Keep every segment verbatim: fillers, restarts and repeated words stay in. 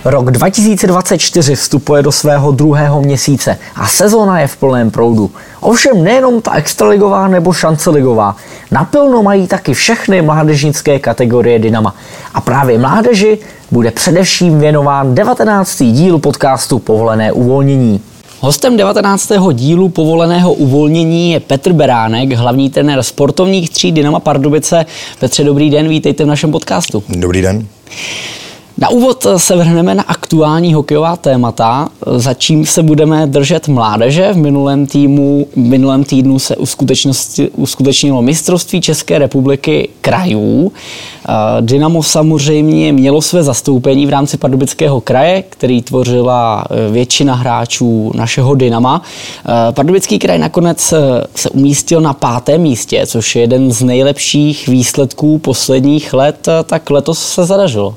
Rok dva tisíce dvacet čtyři vstupuje do svého druhého měsíce a sezóna je v plném proudu. Ovšem nejenom ta extraligová nebo šanceligová. Naplno mají taky všechny mládežnické kategorie Dynama. A právě mládeži bude především věnován devatenáctý díl podcastu Povolené uvolnění. Hostem devatenáctého dílu Povoleného uvolnění je Petr Beránek, hlavní trenér sportovních tříd Dynama Pardubice. Petře, dobrý den, vítejte v našem podcastu. Dobrý den. Na úvod se vrhneme na aktuální hokejová témata, za čím se budeme držet mládeže. V minulém, týmu, v minulém týdnu se uskutečnilo mistrovství České republiky krajů. Dynamo samozřejmě mělo své zastoupení v rámci Pardubického kraje, který tvořila většina hráčů našeho Dynama. Pardubický kraj nakonec se umístil na pátém místě, což je jeden z nejlepších výsledků posledních let, tak letos se zadařilo.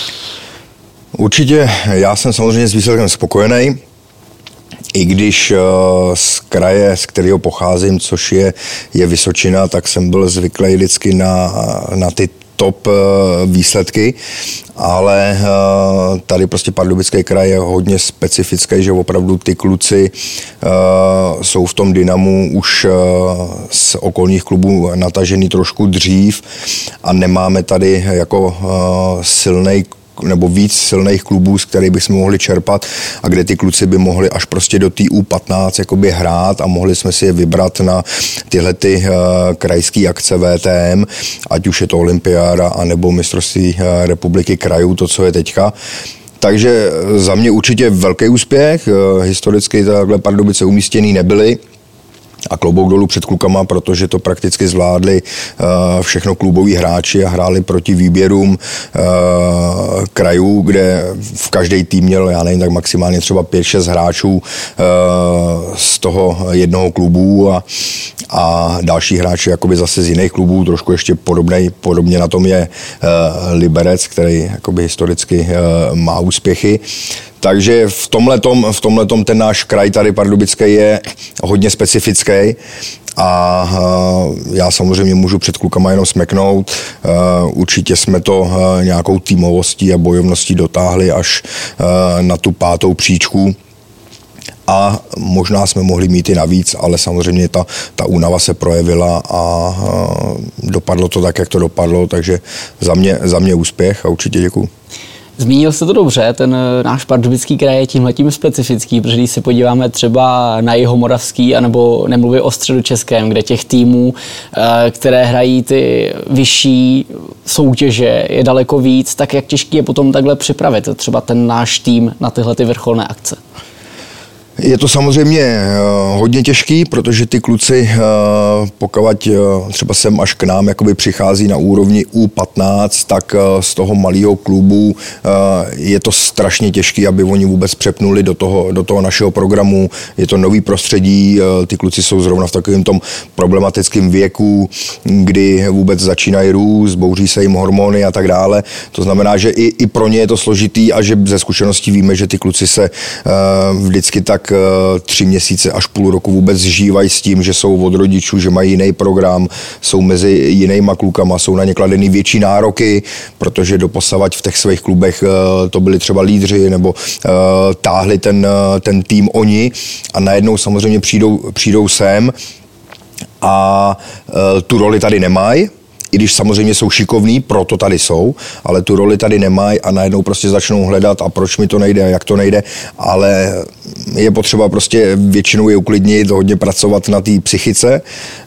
Určitě, já jsem samozřejmě s výsledkem spokojený, i když z kraje, z kterého pocházím, což je, je Vysočina, tak jsem byl zvyklý vždycky na, na ty top výsledky, ale tady prostě Pardubický kraj je hodně specifický, že opravdu ty kluci jsou v tom Dynamu už z okolních klubů natažený trošku dřív a nemáme tady jako silnej nebo víc silných klubů, z kterých bychom mohli čerpat a kde ty kluci by mohli až prostě do té U patnáct jakoby hrát a mohli jsme si je vybrat na tyhle ty uh, krajské akce V T M, ať už je to olympiáda anebo mistrovství uh, republiky krajů, to, co je teďka. Takže za mě určitě velký úspěch. Uh, historicky takhle Pardubice umístěný nebyly. A klobouk dolů před klukama, protože to prakticky zvládli uh, všechno kluboví hráči a hráli proti výběrům uh, krajů, kde v každý tým měl, já nevím, tak maximálně třeba pět šest hráčů uh, z toho jednoho klubu a, a další hráči jakoby zase z jiných klubů, trošku ještě podobnej, podobně na tom je uh, Liberec, který jakoby historicky uh, má úspěchy. Takže v tomhletom, v tomhletom ten náš kraj tady Pardubický je hodně specifický a já samozřejmě můžu před klukama jenom smeknout. Určitě jsme to nějakou týmovostí a bojovností dotáhli až na tu pátou příčku. A možná jsme mohli mít i navíc, ale samozřejmě ta, ta únava se projevila a, a dopadlo to tak, jak to dopadlo, takže za mě, za mě úspěch a určitě děkuju. Zmínil jste to dobře, ten náš Pardubický kraj je tímhletím specifický, protože když se podíváme třeba na Jihomoravský, anebo nemluvím o Středočeském, kde těch týmů, které hrají ty vyšší soutěže, je daleko víc, tak jak těžký je potom takhle připravit třeba ten náš tým na tyhle ty vrcholné akce? Je to samozřejmě hodně těžký, protože ty kluci, pokud třeba sem až k nám jakoby přichází na úrovni U patnáct, tak z toho malého klubu je to strašně těžký, aby oni vůbec přepnuli do toho, do toho našeho programu. Je to nový prostředí, ty kluci jsou zrovna v takovém tom problematickém věku, kdy vůbec začínají růst, bouří se jim hormony a tak dále. To znamená, že i, i pro ně je to složitý a že ze zkušeností víme, že ty kluci se vždycky tak tři měsíce až půl roku vůbec žívají s tím, že jsou od rodičů, že mají jiný program, jsou mezi jinýma klukama, jsou na ně kladený větší nároky, protože doposavať v těch svých klubech to byli třeba lídři nebo táhli ten, ten tým oni a najednou samozřejmě přijdou, přijdou sem a tu roli tady nemají. I když samozřejmě jsou šikovní, proto tady jsou, ale tu roli tady nemají a najednou prostě začnou hledat a proč mi to nejde a jak to nejde, ale je potřeba prostě většinou je uklidnit, hodně pracovat na té psychice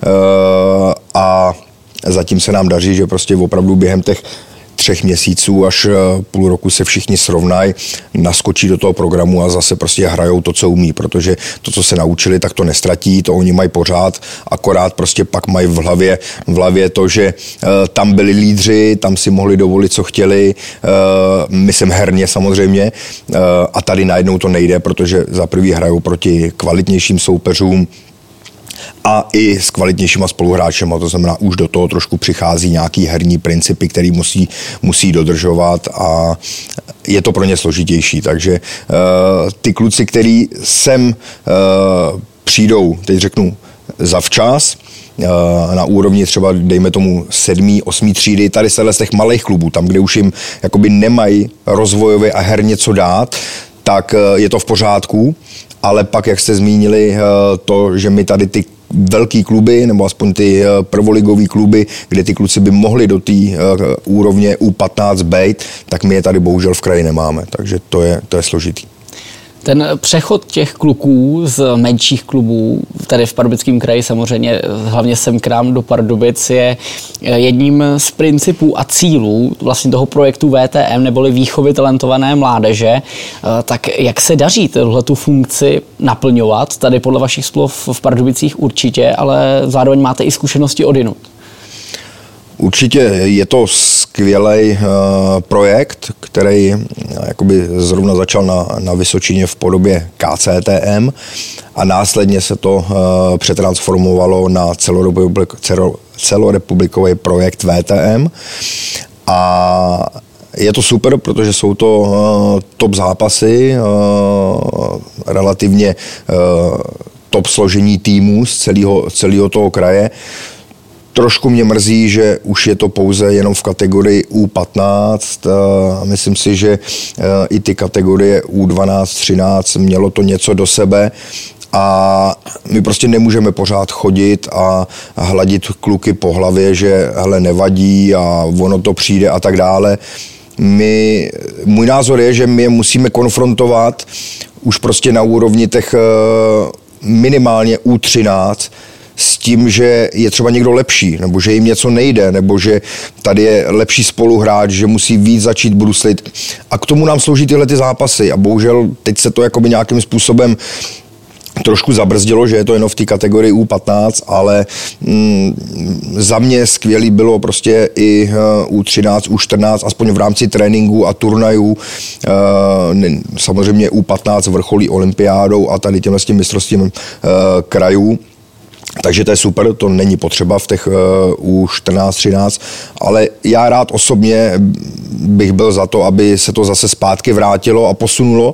a zatím se nám daří, že prostě opravdu během těch třech měsíců až půl roku se všichni srovnají, naskočí do toho programu a zase prostě hrajou to, co umí, protože to, co se naučili, tak to nestratí, to oni mají pořád, akorát prostě pak mají v hlavě, v hlavě to, že uh, tam byli lídři, tam si mohli dovolit, co chtěli, uh, myslím herně samozřejmě, uh, a tady najednou to nejde, protože za prvý hrajou proti kvalitnějším soupeřům, a i s kvalitnějšíma spoluhráčema, to znamená, už do toho trošku přichází nějaký herní principy, který musí, musí dodržovat a je to pro ně složitější. Takže uh, ty kluci, který sem uh, přijdou, teď řeknu, zavčas, na úrovni třeba, dejme tomu, sedmý, osmý třídy, tady z těch malých klubů, tam, kde už jim jakoby nemají rozvojově a herně co dát, tak je to v pořádku, ale pak, jak jste zmínili, to, že my tady ty velký kluby, nebo aspoň ty prvoligový kluby, kde ty kluci by mohli do té úrovně U patnáct bejt, tak my je tady bohužel v kraji nemáme, takže to je, to je složitý. Ten přechod těch kluků z menších klubů, tady v Pardubickém kraji samozřejmě, hlavně sem k nám do Pardubic, je jedním z principů a cílů vlastně toho projektu V T M, neboli výchovy talentované mládeže. Tak jak se daří tuhletu funkci naplňovat? Tady podle vašich slov v Pardubicích určitě, ale zároveň máte i zkušenosti odjinud. Určitě je to skvělý uh, projekt, který uh, jakoby zrovna začal na, na Vysočině v podobě K C T M a následně se to uh, přetransformovalo na celorepublik, celo, celorepublikový projekt V T M a je to super, protože jsou to uh, top zápasy, uh, relativně uh, top složení týmů z celého, celého toho kraje. Trošku mě mrzí, že už je to pouze jenom v kategorii U patnáct. Myslím si, že i ty kategorie U dvanáct, třináct mělo to něco do sebe a my prostě nemůžeme pořád chodit a hladit kluky po hlavě, že hele, nevadí a ono to přijde a tak dále. My, můj názor je, že my je musíme konfrontovat už prostě na úrovni těch minimálně U třináct, s tím, že je třeba někdo lepší, nebo že jim něco nejde, nebo že tady je lepší spoluhráč, že musí víc začít bruslit. A k tomu nám slouží tyhle ty zápasy. A bohužel teď se to jakoby nějakým způsobem trošku zabrzdilo, že je to jenom v té kategorii U patnáct, ale mm, za mě skvělý bylo prostě i U třináct, U čtrnáct, aspoň v rámci tréninku a turnajů. E, samozřejmě U patnáct vrcholí olympiádou a tady těmhle s tím mistrovstvím e, krajů. Takže to je super, to není potřeba v těch U čtrnáct, třináct, ale já rád osobně bych byl za to, aby se to zase zpátky vrátilo a posunulo,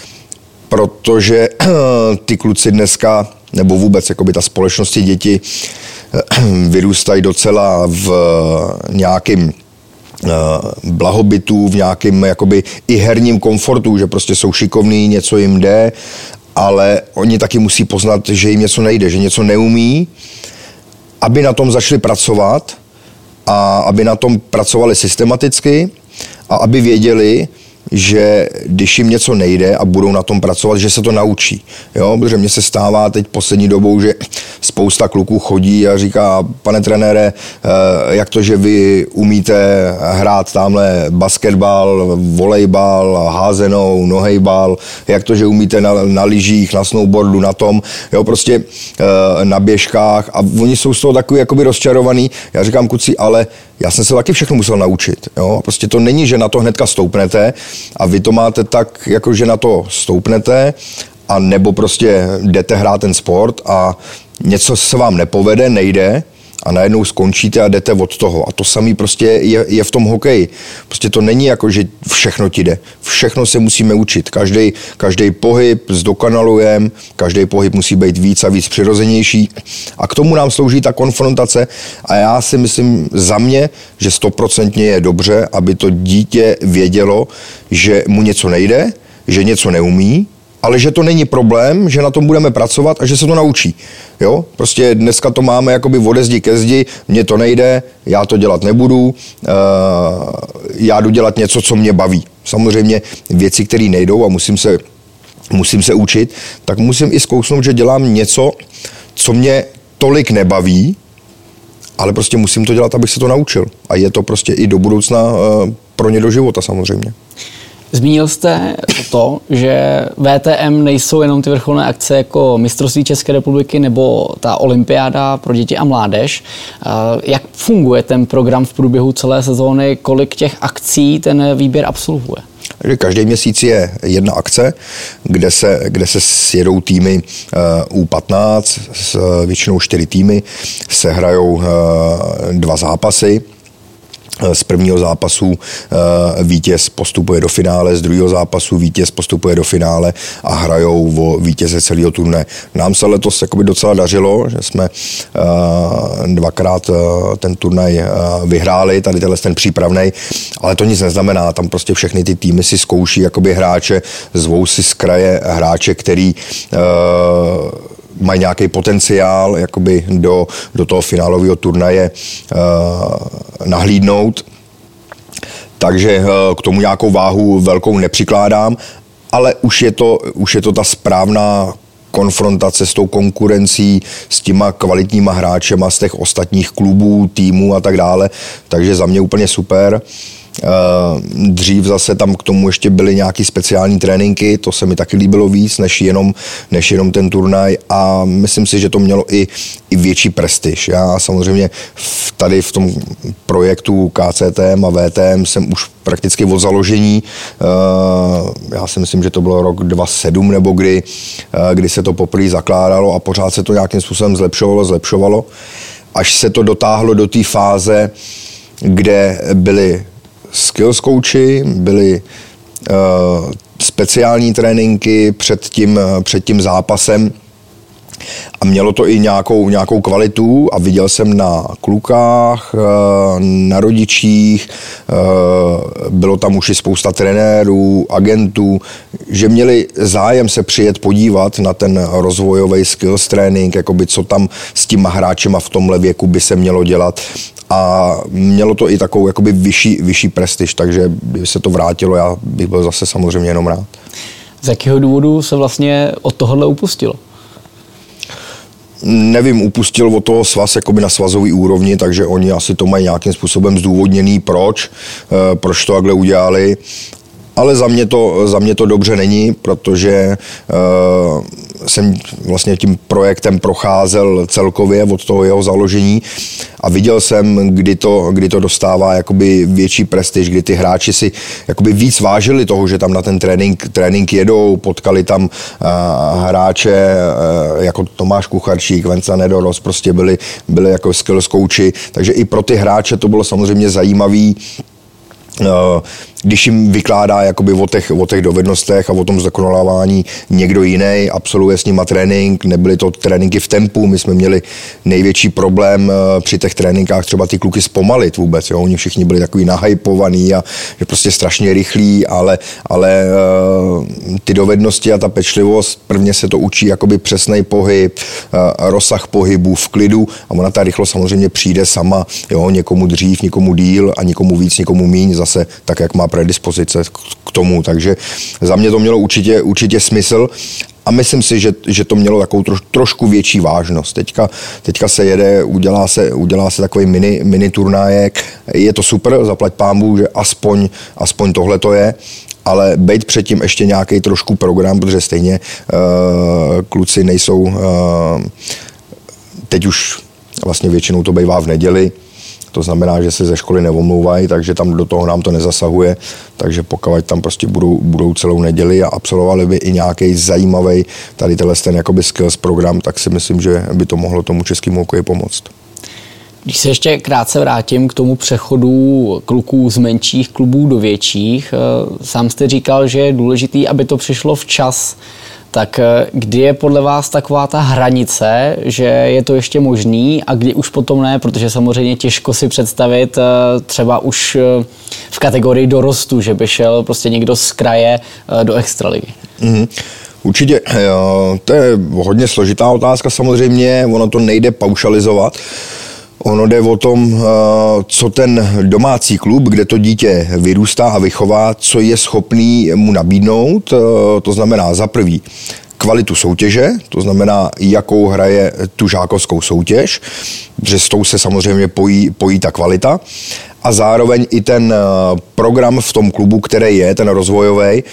protože ty kluci dneska, nebo vůbec jakoby ta společnost, děti vyrůstají docela v nějakým blahobytu, v nějakém jakoby i herním komfortu, že prostě jsou šikovní, něco jim jde, ale oni taky musí poznat, že jim něco nejde, že něco neumí, aby na tom začali pracovat a aby na tom pracovali systematicky a aby věděli, že když jim něco nejde a budou na tom pracovat, že se to naučí. Jo? Protože mně se stává teď poslední dobou, že spousta kluků chodí a říká, pane trenére, jak to, že vy umíte hrát tamhle basketbal, volejbal, házenou, nohejbal, jak to, že umíte na, na lyžích, na snowboardu, na tom, jo, prostě na běžkách a oni jsou z toho takový jakoby rozčarovaný. Já říkám, kuci, ale já jsem se taky všechno musel naučit. Jo? Prostě to není, že na to hnedka stoupnete a vy to máte tak, jako že na to stoupnete a nebo prostě jdete hrát ten sport a něco se vám nepovede, nejde a najednou skončíte a jdete od toho. A to samé prostě je, je v tom hokeji. Prostě to není jako, že všechno ti jde. Všechno se musíme učit. Každý, každý pohyb zdokonalujeme, každý pohyb musí být víc a víc přirozenější. A k tomu nám slouží ta konfrontace. A já si myslím za mě, že stoprocentně je dobře, aby to dítě vědělo, že mu něco nejde, že něco neumí, ale že to není problém, že na tom budeme pracovat a že se to naučí. Jo? Prostě dneska to máme jakoby ode zdi ke zdi, mně to nejde, já to dělat nebudu, uh, já jdu dělat něco, co mě baví. Samozřejmě věci, které nejdou a musím se, musím se učit, tak musím i zkousnout, že dělám něco, co mě tolik nebaví, ale prostě musím to dělat, abych se to naučil. A je to prostě i do budoucna uh, pro ně do života samozřejmě. Zmínil jste to, že V T M nejsou jenom ty vrcholné akce jako mistrovství České republiky nebo ta olympiáda pro děti a mládež. Jak funguje ten program v průběhu celé sezóny? Kolik těch akcí ten výběr absolvuje? Každý měsíc je jedna akce, kde se, kde se sjedou týmy U patnáct, většinou čtyři týmy, se hrajou dva zápasy. Z prvního zápasu vítěz postupuje do finále, z druhého zápasu vítěz postupuje do finále a hrajou o vítěze celého turné. Nám se letos jakoby docela dařilo, že jsme dvakrát ten turnaj vyhráli, tady tenhle ten přípravnej, ale to nic neznamená, tam prostě všechny ty týmy si zkouší jakoby hráče, zvou si z kraje hráče, který mají nějaký potenciál jakoby do, do toho finálového turnaje uh, nahlídnout. Takže uh, k tomu nějakou váhu velkou nepřikládám, ale už je to, už je to ta správná konfrontace s tou konkurencí, s těma kvalitníma hráčema z těch ostatních klubů, týmů a tak dále. Takže za mě úplně super. Dřív zase tam k tomu ještě byly nějaký speciální tréninky, to se mi taky líbilo víc, než jenom, než jenom ten turnaj a myslím si, že to mělo i, i větší prestiž. Já samozřejmě v, tady v tom projektu K C T M a V T M jsem už prakticky od založení, já si myslím, že to bylo rok dva tisíce sedm nebo kdy, kdy se to poprvé zakládalo a pořád se to nějakým způsobem zlepšovalo, zlepšovalo, až se to dotáhlo do té fáze, kde byly skills coachi, byly uh, speciální tréninky před tím, před tím zápasem a mělo to i nějakou, nějakou kvalitu a viděl jsem na klukách, uh, na rodičích, uh, bylo tam už i spousta trenérů, agentů, že měli zájem se přijet podívat na ten rozvojový skills trénink, jakoby co tam s těma hráčema v tomhle věku by se mělo dělat. A mělo to i takovou jakoby vyšší, vyšší prestiž, takže kdyby se to vrátilo, já bych byl zase samozřejmě jenom rád. Z jakého důvodu se vlastně od tohohle upustilo? Nevím, upustil od toho svaz jakoby na svazový úrovni, takže oni asi to mají nějakým způsobem zdůvodněný, proč, proč to takhle udělali. Ale za mě to, za mě to dobře není, protože uh, jsem vlastně tím projektem procházel celkově od toho jeho založení a viděl jsem, kdy to, kdy to dostává jakoby větší prestiž, kdy ty hráči si jakoby víc vážili toho, že tam na ten trénink, trénink jedou, potkali tam uh, hráče uh, jako Tomáš Kucharčík, Venca Nedoros, prostě byli, byli jako skills coachi, takže i pro ty hráče to bylo samozřejmě zajímavý, když jim vykládá jakoby o těch, o těch dovednostech a o tom zdokonalování někdo jiný, absolvuje s nima trénink, nebyly to tréninky v tempu, my jsme měli největší problém při těch tréninkách třeba ty kluky zpomalit vůbec, jo? Oni všichni byli takový nahypovaný a že prostě strašně rychlí, ale, ale ty dovednosti a ta pečlivost, prvně se to učí jakoby přesnej pohyb, rozsah pohybu v klidu a ona ta rychlost samozřejmě přijde sama, jo? Někomu dřív, někomu díl a někomu víc, někomu míň, zase tak, jak má predispozice k tomu, takže za mě to mělo určitě, určitě smysl a myslím si, že, že to mělo takovou troš, trošku větší vážnost. Teďka, teďka se jede, udělá se, udělá se takový mini, mini turnájek, je to super, zaplať pánbůh, že aspoň, aspoň tohle to je, ale bejt předtím ještě nějaký trošku program, protože stejně uh, kluci nejsou, uh, teď už vlastně většinou to bývá v neděli, to znamená, že se ze školy neomlouvají, takže tam do toho nám to nezasahuje, takže pokud tam prostě budou, budou celou neděli a absolvovali by i nějaký zajímavý tady tenhle ten jakoby skills program, tak si myslím, že by to mohlo tomu českému hokeji pomoct. Když se ještě krátce vrátím k tomu přechodu kluků z menších klubů do větších, sám jste říkal, že je důležitý, aby to přišlo včas. Tak kdy je podle vás taková ta hranice, že je to ještě možný a kdy už potom ne, protože samozřejmě těžko si představit třeba už v kategorii dorostu, že by šel prostě někdo z kraje do extraligy. Mm-hmm. Určitě, to je hodně složitá otázka samozřejmě, ono to nejde paušalizovat. Ono jde o tom, co ten domácí klub, kde to dítě vyrůstá a vychová, co je schopný mu nabídnout, to znamená za prvý kvalitu soutěže, to znamená, jakou hraje tu žákovskou soutěž, že s tou se samozřejmě pojí, pojí ta kvalita a zároveň i ten program v tom klubu, který je, ten rozvojový,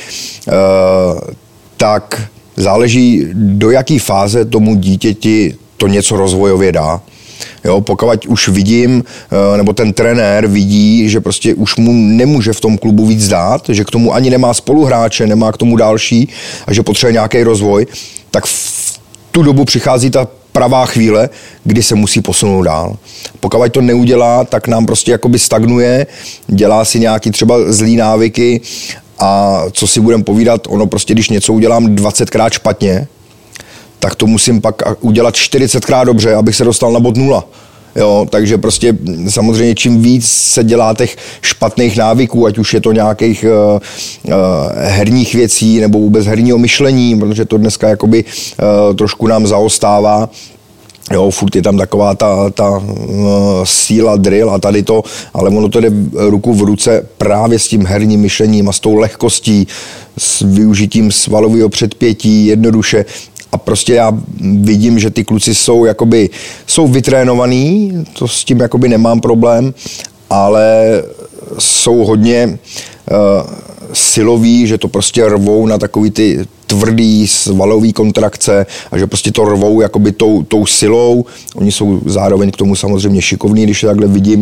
tak záleží, do jaký fáze tomu dítěti to něco rozvojově dá. Jo, pokud už vidím, nebo ten trenér vidí, že prostě už mu nemůže v tom klubu víc dát, že k tomu ani nemá spoluhráče, nemá k tomu další a že potřebuje nějaký rozvoj, tak v tu dobu přichází ta pravá chvíle, kdy se musí posunout dál. Pokud to neudělá, tak nám prostě jakoby stagnuje, dělá si nějaký třeba zlý návyky a co si budeme povídat, ono prostě, když něco udělám dvacetkrát špatně, tak to musím pak udělat čtyřicetkrát dobře, abych se dostal na bod nula. Jo, takže prostě samozřejmě čím víc se dělá těch špatných návyků, ať už je to nějakých uh, uh, herních věcí nebo vůbec herního myšlení, protože to dneska jakoby uh, trošku nám zaostává. Jo, furt je tam taková ta, ta uh, síla, drill a tady to, ale ono to jde ruku v ruce právě s tím herním myšlením a s tou lehkostí, s využitím svalového předpětí, jednoduše. A prostě já vidím, že ty kluci jsou jakoby, jsou vytrénovaný, to s tím jakoby nemám problém, ale jsou hodně uh, siloví, že to prostě rvou na takový ty tvrdý svalový kontrakce a že prostě to rvou jakoby tou, tou silou. Oni jsou zároveň k tomu samozřejmě šikovní, když takhle vidím.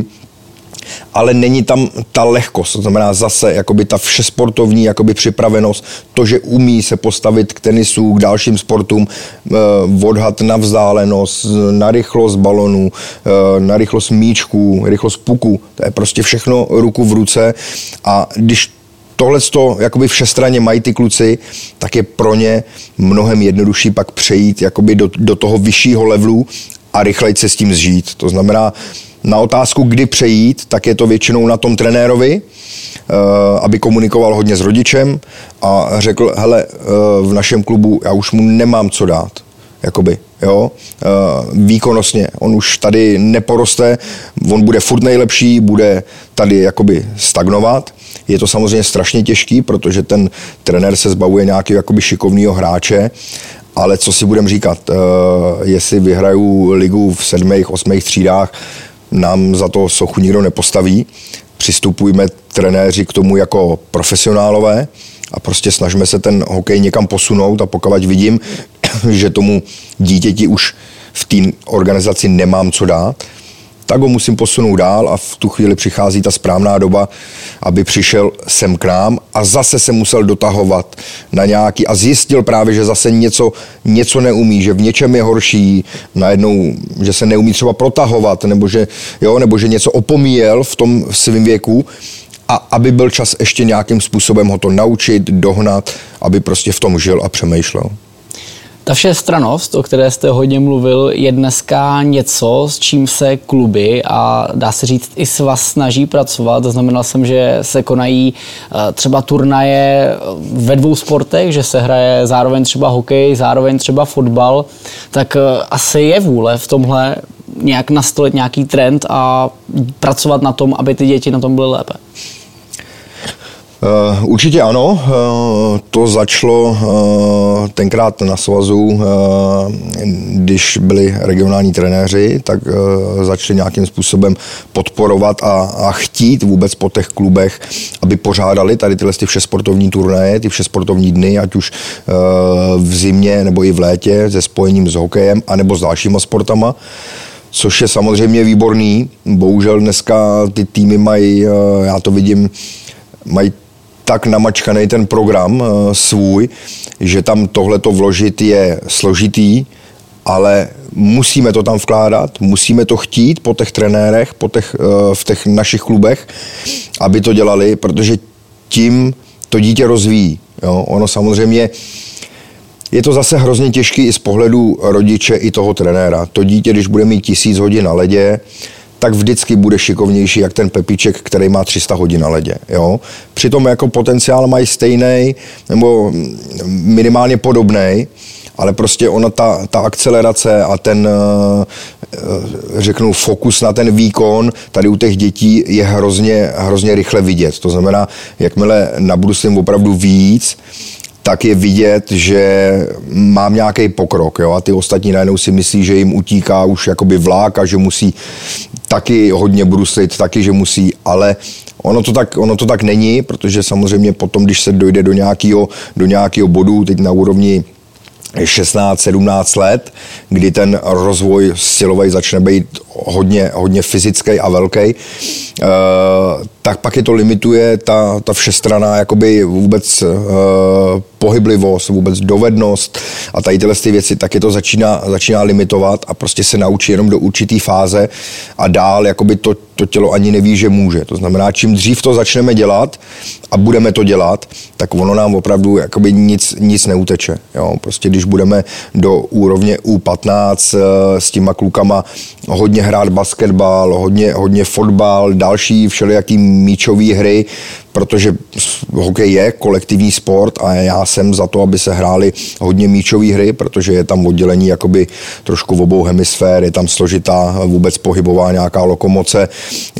Ale není tam ta lehkost, to znamená zase jakoby ta všesportovní jakoby připravenost, to, že umí se postavit k tenisu, k dalším sportům, odhad na vzdálenost, na rychlost balonů, na rychlost míčků, rychlost puku, to je prostě všechno ruku v ruce a když tohleto jakoby všestranně mají ty kluci, tak je pro ně mnohem jednodušší pak přejít jakoby do, do toho vyššího levelu a rychleji se s tím zžít. To znamená, na otázku, kdy přejít, tak je to většinou na tom trenérovi, aby komunikoval hodně s rodičem a řekl, hele, v našem klubu já už mu nemám co dát, jakoby, jo, výkonnostně. On už tady neporoste, on bude furt nejlepší, bude tady jakoby stagnovat. Je to samozřejmě strašně těžký, protože ten trenér se zbavuje nějakého jakoby šikovného hráče, ale co si budeme říkat, jestli vyhraju ligu v sedmých, osmých třídách, nám za to sochu nikdo nepostaví. Přistupujme trenéři k tomu jako profesionálové a prostě snažíme se ten hokej někam posunout a pokud vidím, že tomu dítěti už v té organizaci nemám co dát, tak ho musím posunout dál a v tu chvíli přichází ta správná doba, aby přišel sem k nám a zase se musel dotahovat na nějaký a zjistil právě, že zase něco, něco neumí, že v něčem je horší, najednou, že se neumí třeba protahovat, nebo že, jo, nebo že něco opomíjel v tom svém věku a aby byl čas ještě nějakým způsobem ho to naučit, dohnat, aby prostě v tom žil a přemýšlel. Ta všestrannost, o které jste hodně mluvil, je dneska něco, s čím se kluby a dá se říct i svaz snaží pracovat. Zaznamenal jsem, že se konají třeba turnaje ve dvou sportech, že se hraje zároveň třeba hokej, zároveň třeba fotbal. Tak asi je vůle v tomhle nějak nastolit nějaký trend a pracovat na tom, aby ty děti na tom byly lépe. Uh, určitě ano, uh, to začalo uh, tenkrát na svazu, uh, když byli regionální trenéři, tak uh, začali nějakým způsobem podporovat a, a chtít vůbec po těch klubech, aby pořádali tady tyhle ty všesportovní turnaje, ty všesportovní dny, ať už uh, v zimě nebo i v létě se spojením s hokejem anebo s dalšíma sportama. Což je samozřejmě výborný. Bohužel dneska ty týmy mají, uh, já to vidím, mají tak namačkaný ten program uh, svůj, že tam tohleto vložit je složitý, ale musíme to tam vkládat, musíme to chtít po těch trenérech, po těch, uh, v těch našich klubech, aby to dělali, protože tím to dítě rozvíjí. Jo? Ono samozřejmě, je to zase hrozně těžký i z pohledu rodiče i toho trenéra. To dítě, když bude mít tisíc hodin na ledě, tak vždycky bude šikovnější jak ten Pepiček, který má tři sta hodin na ledě. Jo? Přitom jako potenciál mají stejný nebo minimálně podobný, ale prostě ona ta, ta akcelerace a ten, řeknu, fokus na ten výkon tady u těch dětí je hrozně, hrozně rychle vidět. To znamená, jakmile nabruslím opravdu víc, tak je vidět, že mám nějaký pokrok, jo? A ty ostatní najednou si myslí, že jim utíká už jakoby vlák a že musí taky hodně bruslit, taky, že musí, ale ono to tak, ono to tak není, protože samozřejmě potom, když se dojde do nějakého, do nějakého bodu, teď na úrovni šestnáct sedmnáct let, kdy ten rozvoj silový začne být hodně, hodně fyzický a velký, tak pak je to limituje ta, ta všestranná jakoby vůbec pohyblivost, vůbec dovednost a tady tyhle ty věci, tak je to začíná, začíná limitovat a prostě se naučí jenom do určitý fáze a dál jakoby to, to tělo ani neví, že může. To znamená, čím dřív to začneme dělat a budeme to dělat, tak ono nám opravdu jakoby nic, nic neuteče. Jo? Prostě když budeme do úrovně U patnáct s těma klukama hodně hrát basketbal, hodně, hodně fotbal, další všelijaký míčové hry, protože hokej je kolektivní sport a já jsem za to, aby se hrály hodně míčové hry, protože je tam oddělení jakoby trošku v obou hemisfér, je tam složitá vůbec pohybová nějaká lokomoce,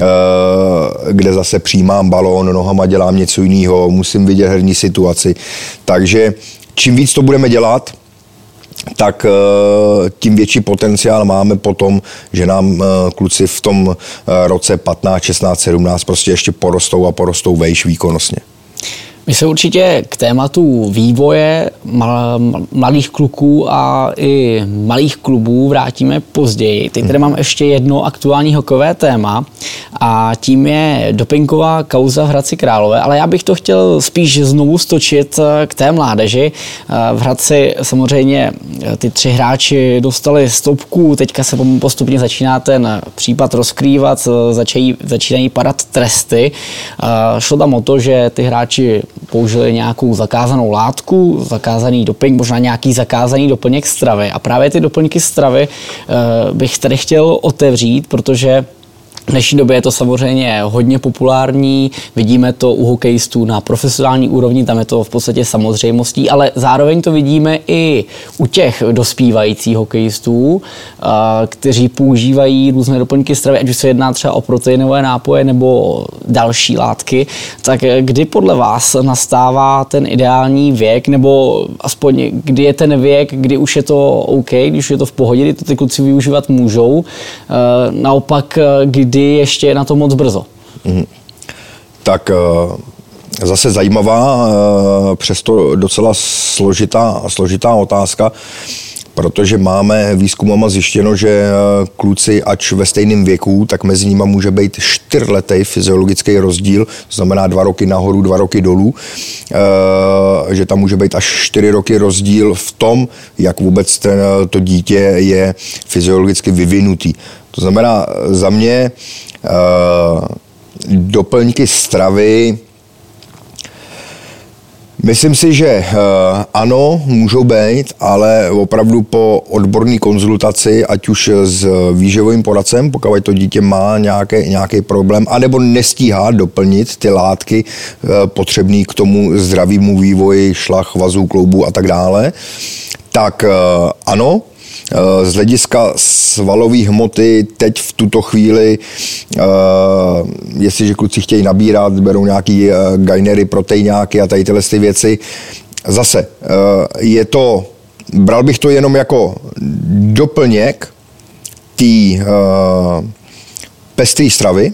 kde zase přijímám balón, nohama dělám něco jiného, musím vidět herní situaci. Takže čím víc to budeme dělat, tak tím větší potenciál máme potom, že nám kluci v tom roce patnáct, šestnáct, sedmnáct prostě ještě porostou a porostou vejš výkonnostně. My se určitě k tématu vývoje mladých kluků a i malých klubů vrátíme později. Teď tady mám ještě jedno aktuální hokejové téma a tím je dopingová kauza v Hradci Králové, ale já bych to chtěl spíš znovu stočit k té mládeži. V Hradci samozřejmě ty tři hráči dostali stopku, teďka se postupně začíná ten případ rozkrývat, začínají, začínají padat tresty. Šlo tam o to, že ty hráči použili nějakou zakázanou látku, zakázaný doping, možná nějaký zakázaný doplněk stravy. A právě ty doplňky stravy bych tady chtěl otevřít, protože v dnešní době je to samozřejmě hodně populární, vidíme to u hokejistů na profesionální úrovni, tam je to v podstatě samozřejmostí, ale zároveň to vidíme i u těch dospívajících hokejistů, kteří používají různé doplňky stravy, ať už se jedná třeba o proteinové nápoje nebo další látky. Tak kdy podle vás nastává ten ideální věk, nebo aspoň kdy je ten věk, kdy už je to OK, když už je to v pohodě, kdy to ty kluci využívat můžou, naopak kdy ještě je na to moc brzo? Hmm. Tak zase zajímavá, přesto docela složitá, složitá otázka, protože máme výzkumama zjištěno, že kluci, ač ve stejném věku, tak mezi nimi může být čtyřletý fyziologický rozdíl, to znamená dva roky nahoru, dva roky dolů, že tam může být až čtyři roky rozdíl v tom, jak vůbec ten, to dítě je fyziologicky vyvinutý. To znamená, za mě doplňky stravy, myslím si, že ano, můžou být, ale opravdu po odborné konzultaci, ať už s výživovým poradcem, pokud to dítě má nějaký, nějaký problém, anebo nestíhá doplnit ty látky potřebné k tomu zdravému vývoji šlach, vazů, kloubů a tak dále, tak ano, z hlediska svalové hmoty teď v tuto chvíli, jestliže kluci chtějí nabírat, berou nějaký gainery, proteináky a tady tyhle ty věci, zase je to, bral bych to jenom jako doplněk té pestré stravy,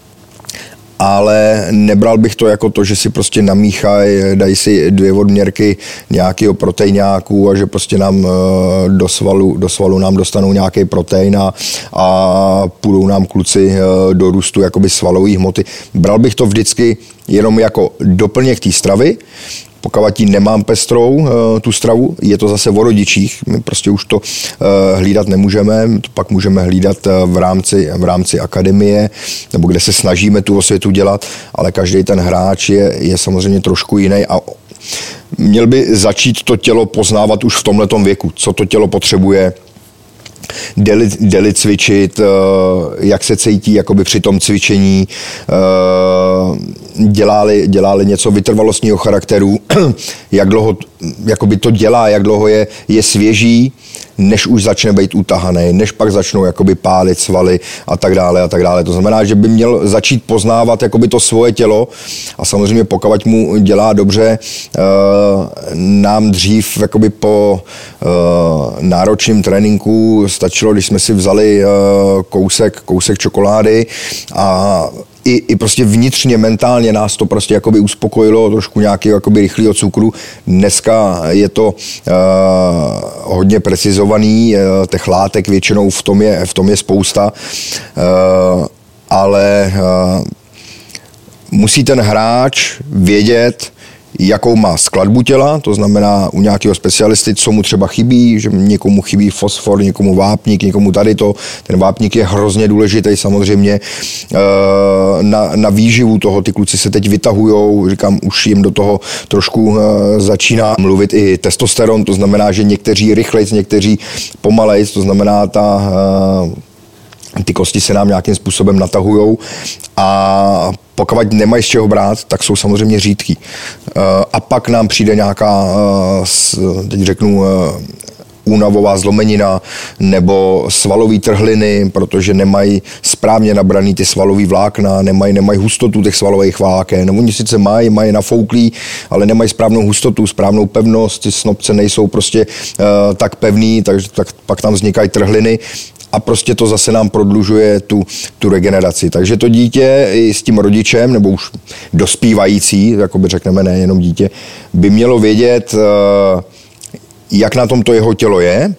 ale nebral bych to jako to, že si prostě namíchají, dají si dvě odměrky nějakého proteináku a že prostě nám do svalu, do svalu nám dostanou nějaký protein a, a půjdou nám kluci do růstu jakoby svalové hmoty. Bral bych to vždycky jenom jako doplněk té stravy. Pokud nemám pestrou tu stravu, je to zase o rodičích. My prostě už to hlídat nemůžeme, to pak můžeme hlídat v rámci, v rámci akademie, nebo kde se snažíme tu osvětu dělat, ale každý ten hráč je, je samozřejmě trošku jiný a měl by začít to tělo poznávat už v tomhletom věku, co to tělo potřebuje, Deli, deli cvičit, jak se cítí jakoby při tom cvičení, dělali, dělali něco vytrvalostního charakteru, jak dlouho jakoby to dělá, jak dlouho je, je svěží, než už začne být utahaný, než pak začnou jakoby pálit svaly a tak dále a tak dále. To znamená, že by měl začít poznávat jakoby to svoje tělo a samozřejmě pokud mu dělá dobře, nám dřív jakoby po náročném tréninku stačilo, když jsme si vzali kousek, kousek čokolády a i, i prostě vnitřně, mentálně nás to prostě jakoby uspokojilo, trošku nějaký jakoby rychlýho cukru. Dneska je to uh, hodně precizovaný, uh, těch látek většinou v tom je, v tom je spousta, uh, ale uh, musí ten hráč vědět, jakou má skladbu těla, to znamená u nějakého specialisty, co mu třeba chybí, že někomu chybí fosfor, někomu vápník, někomu tady to. Ten vápník je hrozně důležitý samozřejmě na, na výživu toho. Ty kluci se teď vytahujou, říkám, už jim do toho trošku začíná mluvit i testosteron, to znamená, že někteří rychlejc, někteří pomalejc, to znamená ta ty kosti se nám nějakým způsobem natahujou a pokud nemají z čeho brát, tak jsou samozřejmě řídký. A pak nám přijde nějaká, teď řeknu, únavová zlomenina nebo svalové trhliny, protože nemají správně nabraný ty svalové vlákna, nemají, nemají hustotu těch svalových vláken. No, oni sice mají, mají nafouklý, ale nemají správnou hustotu, správnou pevnost, ty snopce nejsou prostě uh, tak pevný, takže tak, pak tam vznikají trhliny. A prostě to zase nám prodlužuje tu, tu regeneraci. Takže to dítě i s tím rodičem, nebo už dospívající, jakoby řekneme nejenom dítě, by mělo vědět, jak na tom to jeho tělo je,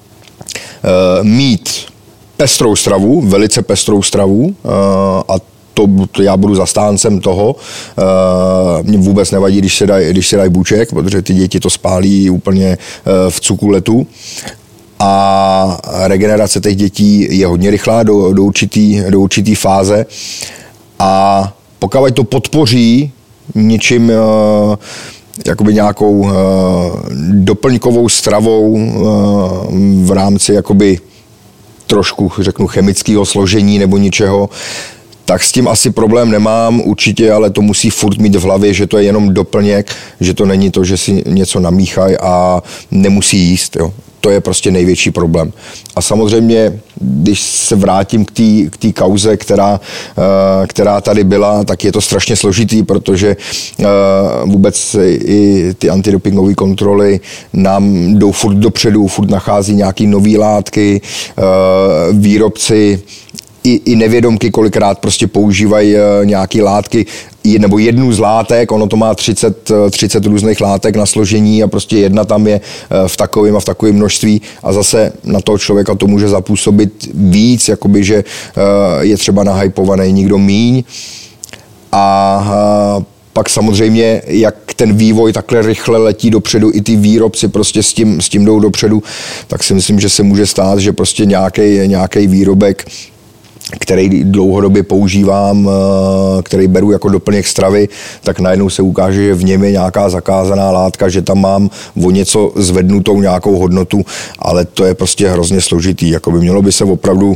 mít pestrou stravu, velice pestrou stravu a to, to já budu zastáncem toho. Mně vůbec nevadí, když se dají když se daj buček, protože ty děti to spálí úplně v cukuletu. A regenerace těch dětí je hodně rychlá do, do, určitý, do určitý fáze a pokud to podpoří něčím, jakoby nějakou doplňkovou stravou v rámci jakoby trošku, řeknu, chemického složení nebo něčeho, tak s tím asi problém nemám, určitě, ale to musí furt mít v hlavě, že to je jenom doplněk, že to není to, že si něco namíchají a nemusí jíst, jo. To je prostě největší problém. A samozřejmě, když se vrátím k té k té kauze, která, která tady byla, tak je to strašně složitý, protože vůbec i ty antidopingové kontroly nám jdou furt dopředu, furt nachází nějaké nové látky, výrobci I, i nevědomky kolikrát prostě používají nějaké látky, nebo jednu z látek, ono to má třicet, třicet různých látek na složení a prostě jedna tam je v takovém a v takovém množství a zase na toho člověka to může zapůsobit víc, jakoby, že je třeba nahypovaný někdo míň a pak samozřejmě, jak ten vývoj takhle rychle letí dopředu, i ty výrobci prostě s tím, s tím jdou dopředu, tak si myslím, že se může stát, že prostě nějaký nějaký výrobek, který dlouhodobě používám, který beru jako doplněk stravy, tak najednou se ukáže, že v něm je nějaká zakázaná látka, že tam mám o něco zvednutou nějakou hodnotu, ale to je prostě hrozně složitý. Jakoby mělo by se opravdu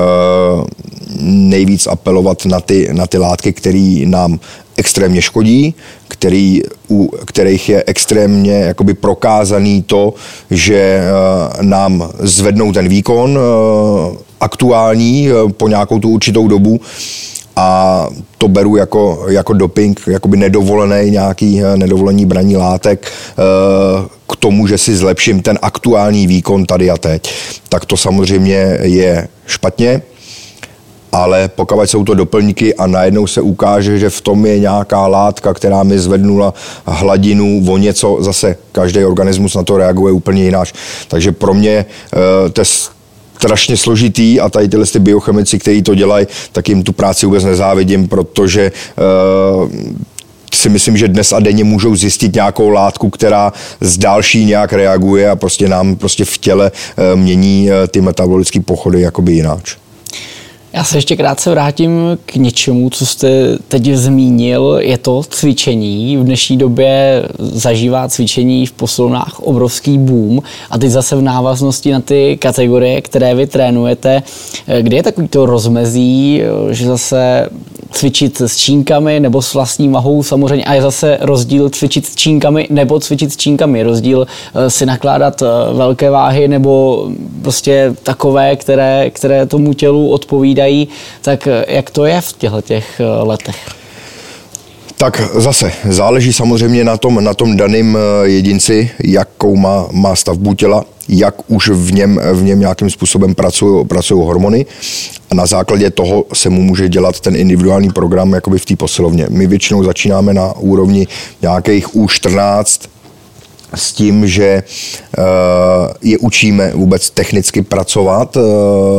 nejvíc apelovat na ty, na ty látky, které nám extrémně škodí, který, u kterých je extrémně jakoby prokázaný to, že nám zvednou ten výkon aktuální po nějakou tu určitou dobu a to beru jako, jako doping, jakoby nedovolený nějaký nedovolený braní látek k tomu, že si zlepším ten aktuální výkon tady a teď. Tak to samozřejmě je špatně, ale pokud jsou to doplňky a najednou se ukáže, že v tom je nějaká látka, která mi zvednula hladinu o něco, zase každý organismus na to reaguje úplně jináč. Takže pro mě to je strašně složitý a tady tyhle ty biochemici, kteří to dělají, tak jim tu práci vůbec nezávidím, protože uh, si myslím, že dnes a denně můžou zjistit nějakou látku, která z další nějak reaguje a prostě nám prostě v těle uh, mění uh, ty metabolické pochody jakoby jináč. Já se ještě krátce vrátím k něčemu, co jste teď zmínil, je to cvičení. V dnešní době zažívá cvičení v posilovnách obrovský boom a teď zase v návaznosti na ty kategorie, které vy trénujete, kde je takový to rozmezí, že zase cvičit s čínkami nebo s vlastní vahou samozřejmě a je zase rozdíl cvičit s čínkami nebo cvičit s čínkami. Rozdíl si nakládat velké váhy nebo prostě takové, které, které tomu tělu odpovídají. Tak jak to je v těchto těch letech? Tak zase záleží samozřejmě na tom, na tom daném jedinci, jakou má, má stavbu těla, jak už v něm, v něm nějakým způsobem pracují, pracují hormony a na základě toho se mu může dělat ten individuální program jakoby v té posilovně. My většinou začínáme na úrovni nějakých U čtrnáct s tím, že uh, je učíme vůbec technicky pracovat, uh,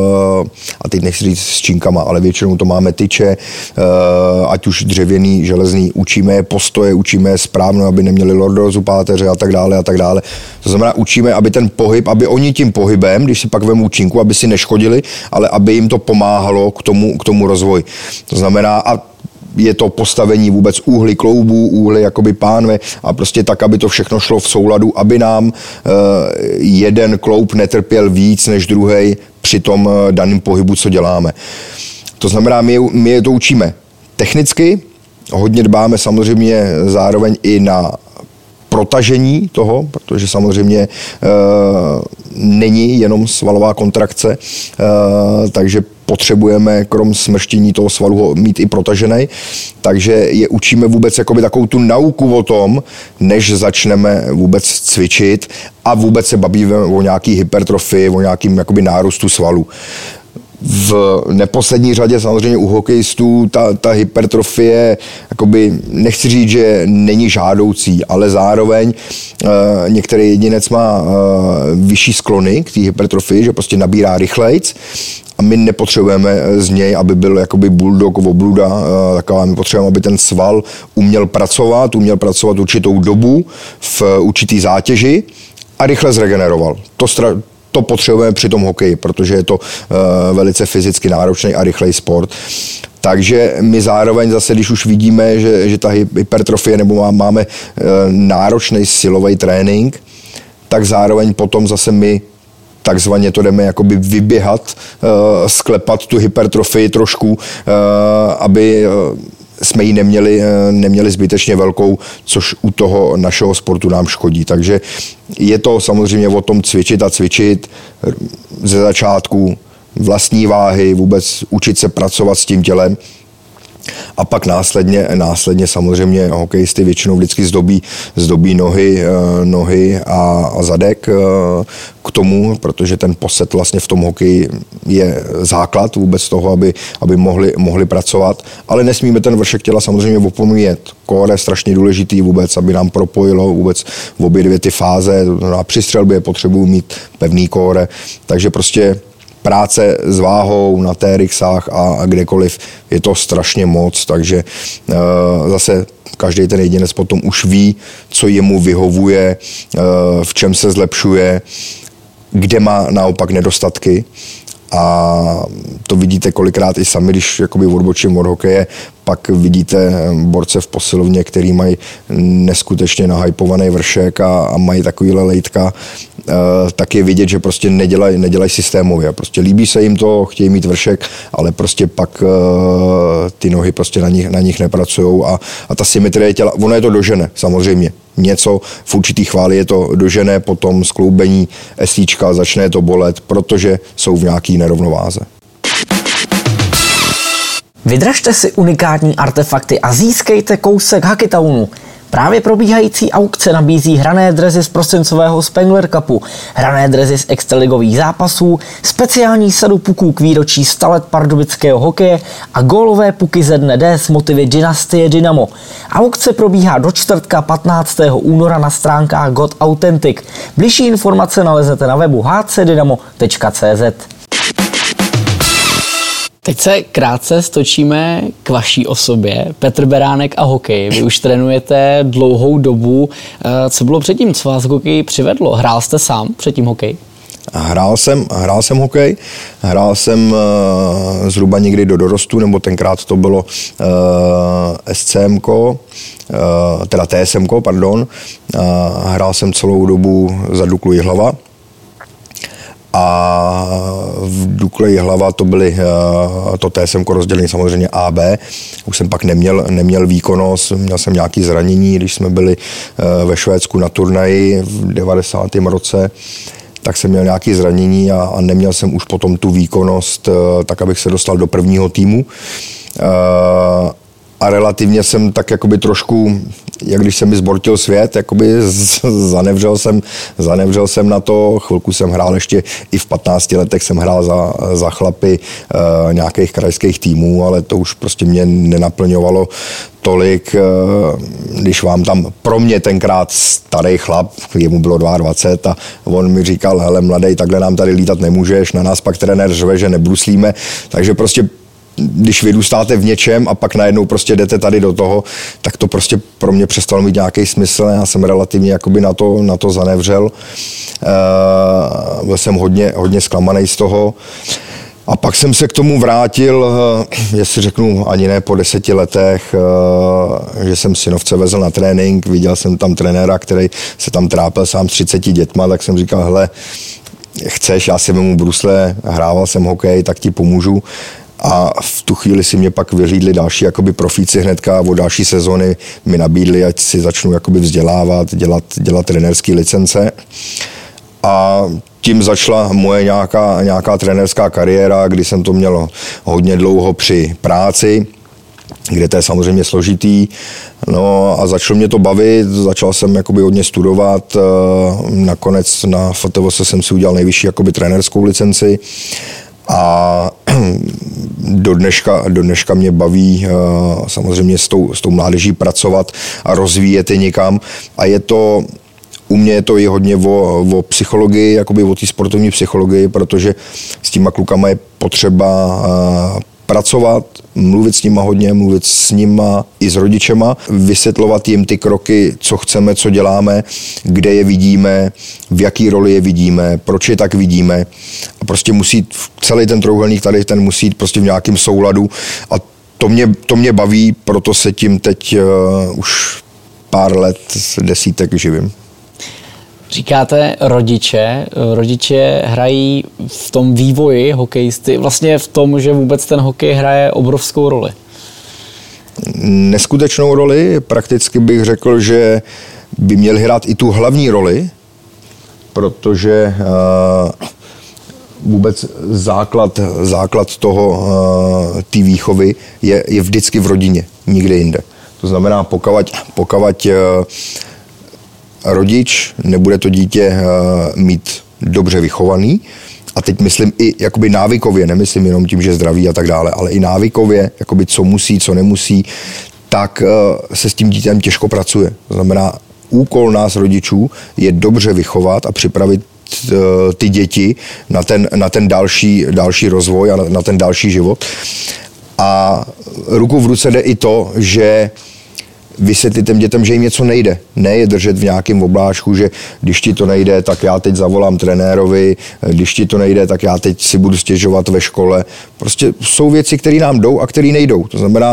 a teď nechci říct s činkama, ale většinou to máme tyče, uh, ať už dřevěný, železný, učíme je postoje, učíme je správno, aby neměli lordózu páteře a tak dále a tak dále. To znamená, učíme, aby ten pohyb, aby oni tím pohybem, když si pak vemou činku, aby si neškodili, ale aby jim to pomáhalo k tomu, k tomu rozvoji. To znamená, a je to postavení vůbec úhly kloubů, úhly jakoby pánve a prostě tak, aby to všechno šlo v souladu, aby nám uh, jeden kloub netrpěl víc než druhej při tom uh, daném pohybu, co děláme. To znamená, my, my je to učíme technicky, hodně dbáme samozřejmě zároveň i na protažení toho, protože samozřejmě uh, není jenom svalová kontrakce, uh, takže potřebujeme krom smrštění toho svalu mít i protažený, takže je učíme vůbec jakoby takovou tu nauku o tom, než začneme vůbec cvičit a vůbec se bavíme o nějaký hypertrofii, o nějakým jakoby nárůstu svalů. V neposlední řadě samozřejmě u hokejistů ta, ta hypertrofie, jakoby, nechci říct, že není žádoucí, ale zároveň e, některý jedinec má e, vyšší sklony k té hypertrofii, že prostě nabírá rychlejc a my nepotřebujeme z něj, aby byl jakoby bulldog, obluda, e, taková, my potřebujeme, aby ten sval uměl pracovat, uměl pracovat určitou dobu v určitý zátěži a rychle zregeneroval. To stra- To potřebujeme při tom hokeji, protože je to uh, velice fyzicky náročný a rychlej sport. Takže my zároveň zase, když už vidíme, že, že ta hypertrofie nebo má, máme uh, náročný silový trénink, tak zároveň potom zase my takzvaně to jdeme jakoby vyběhat, uh, sklepat tu hypertrofii trošku, uh, aby uh, jsme ji neměli, neměli zbytečně velkou, což u toho našeho sportu nám škodí. Takže je to samozřejmě o tom cvičit a cvičit ze začátku, vlastní váhy, vůbec učit se pracovat s tím tělem. A pak následně, následně samozřejmě hokejisty většinou vždycky zdobí, zdobí nohy, nohy a, a zadek k tomu, protože ten poset vlastně v tom hokeji je základ vůbec toho, aby, aby mohli, mohli pracovat. Ale nesmíme ten vršek těla samozřejmě opomíjet. Kóre je strašně důležitý vůbec, aby nám propojilo vůbec v obě dvě ty fáze. Na při střelbě potřebuji mít pevný kóre, takže prostě práce s váhou na té rixách a, a kdekoliv je to strašně moc, takže uh, zase každý ten jedinec potom už ví, co jemu vyhovuje, uh, v čem se zlepšuje, kde má naopak nedostatky. A to vidíte kolikrát i sami, když jakoby odbočím od hokeje, pak vidíte borce v posilovně, který mají neskutečně nahypovaný vršek a, a mají takovýhle lejtka, e, tak je vidět, že prostě nedělají nedělaj systémově. Prostě líbí se jim to, chtějí mít vršek, ale prostě pak e, ty nohy prostě na nich, na nich nepracujou a, a ta symetrie těla, ono je to dožene, samozřejmě. Něco v určitý chváli je to dožené, potom skloubení esíčka, začne to bolet, protože jsou v nějaký nerovnováze. Vydražte si unikátní artefakty a získejte kousek Hockeytownu. Právě probíhající aukce nabízí hrané dresy z prosincového Spengler Cupu, hrané dresy z extraligových zápasů, speciální sadu puků k výročí sta let pardubického hokeje a gólové puky ze dne D s motivy dynastie Dynamo. Aukce probíhá do čtvrtka patnáctého února na stránkách Got Authentic. Bližší informace naleznete na webu h c dynamo tečka c z. Teď se krátce stočíme k vaší osobě. Petr Beránek a hokej. Vy už trénujete dlouhou dobu. Co bylo předtím? Co vás k hokeji přivedlo? Hrál jste sám předtím hokej? Hrál jsem, hrál jsem hokej. Hrál jsem uh, zhruba někdy do dorostu, nebo tenkrát to bylo uh, SCMko, uh, teda TSMko, pardon. Uh, hrál jsem celou dobu za Duklu Jihlava. A v Dukle Jihlava to byly to T S M rozdělení samozřejmě A B. Už jsem pak neměl, neměl výkonnost, měl jsem nějaké zranění, když jsme byli ve Švédsku na turnaji v devadesátém roce, tak jsem měl nějaké zranění a, a neměl jsem už potom tu výkonnost, tak abych se dostal do prvního týmu. a relativně jsem tak jakoby trošku, jak když se mi zbortil svět, jakoby zanevřel jsem, zanevřel jsem na to, chvilku jsem hrál ještě i v patnácti letech jsem hrál za, za chlapy uh, nějakých krajských týmů, ale to už prostě mě nenaplňovalo tolik, uh, když vám tam pro mě tenkrát starý chlap, jemu bylo dvacet dva a on mi říkal, hele mladej, takhle nám tady lítat nemůžeš, na nás pak trenér řve, že nebruslíme, takže prostě když vyrůstáte v něčem a pak najednou prostě jdete tady do toho, tak to prostě pro mě přestalo mít nějaký smysl. Já jsem relativně jakoby na to, na to zanevřel. Uh, byl jsem hodně, hodně zklamaný z toho. A pak jsem se k tomu vrátil, jestli řeknu ani ne po deseti letech, že jsem synovce vezl na trénink, viděl jsem tam trenéra, který se tam trápil sám s třiceti dětma, tak jsem říkal, hele, chceš, já si vemu brusle, hrával jsem hokej, tak ti pomůžu. A v tu chvíli si mě pak vyřídli další jakoby profíci hnedka, o další sezony mi nabídli, ať si začnu jakoby vzdělávat, dělat, dělat trenérský licence. A tím začala moje nějaká, nějaká trenérská kariéra, kdy jsem to měl hodně dlouho při práci, kde to je samozřejmě složitý. No a začalo mě to bavit, začal jsem jakoby hodně studovat, nakonec na F T V S jsem si udělal nejvyšší jakoby trenérskou licenci. A do dneška, do dneška mě baví uh, samozřejmě s tou, s tou mládeží pracovat a rozvíjet je někam. A je to, u mě je to i hodně o, o psychologii, jakoby o té sportovní psychologii, protože s těma klukama je potřeba uh, pracovat, mluvit s nima hodně, mluvit s nima i s rodičema, vysvětlovat jim ty kroky, co chceme, co děláme, kde je vidíme, v jaký roli je vidíme, proč je tak vidíme. A prostě musí, celý ten trojúhelník tady, ten musí jít prostě v nějakém souladu a to mě, to mě baví, proto se tím teď uh, už pár let, desítek živím. Říkáte rodiče, rodiče hrají v tom vývoji hokejisty, vlastně v tom, že vůbec ten hokej hraje obrovskou roli. Neskutečnou roli, prakticky bych řekl, že by měli hrát i tu hlavní roli, protože uh, vůbec základ, základ toho, uh, té výchovy je, je vždycky v rodině, nikde jinde. To znamená, pokavať, pokavať uh, rodič nebude to dítě uh, mít dobře vychovaný, a teď myslím i jakoby návykově, nemyslím jenom tím, že zdraví a tak dále, ale i návykově, jakoby co musí, co nemusí, tak uh, se s tím dítětem těžko pracuje. To znamená, úkol nás rodičů je dobře vychovat a připravit uh, ty děti na ten, na ten další, další rozvoj a na, na ten další život. A ruku v ruce jde i to, že vysvětlit těm dětem, že jim něco nejde. Ne je držet v nějakém obláčku, že když ti to nejde, tak já teď zavolám trenérovi, když ti to nejde, tak já teď si budu stěžovat ve škole. Prostě jsou věci, které nám jdou a které nejdou. To znamená,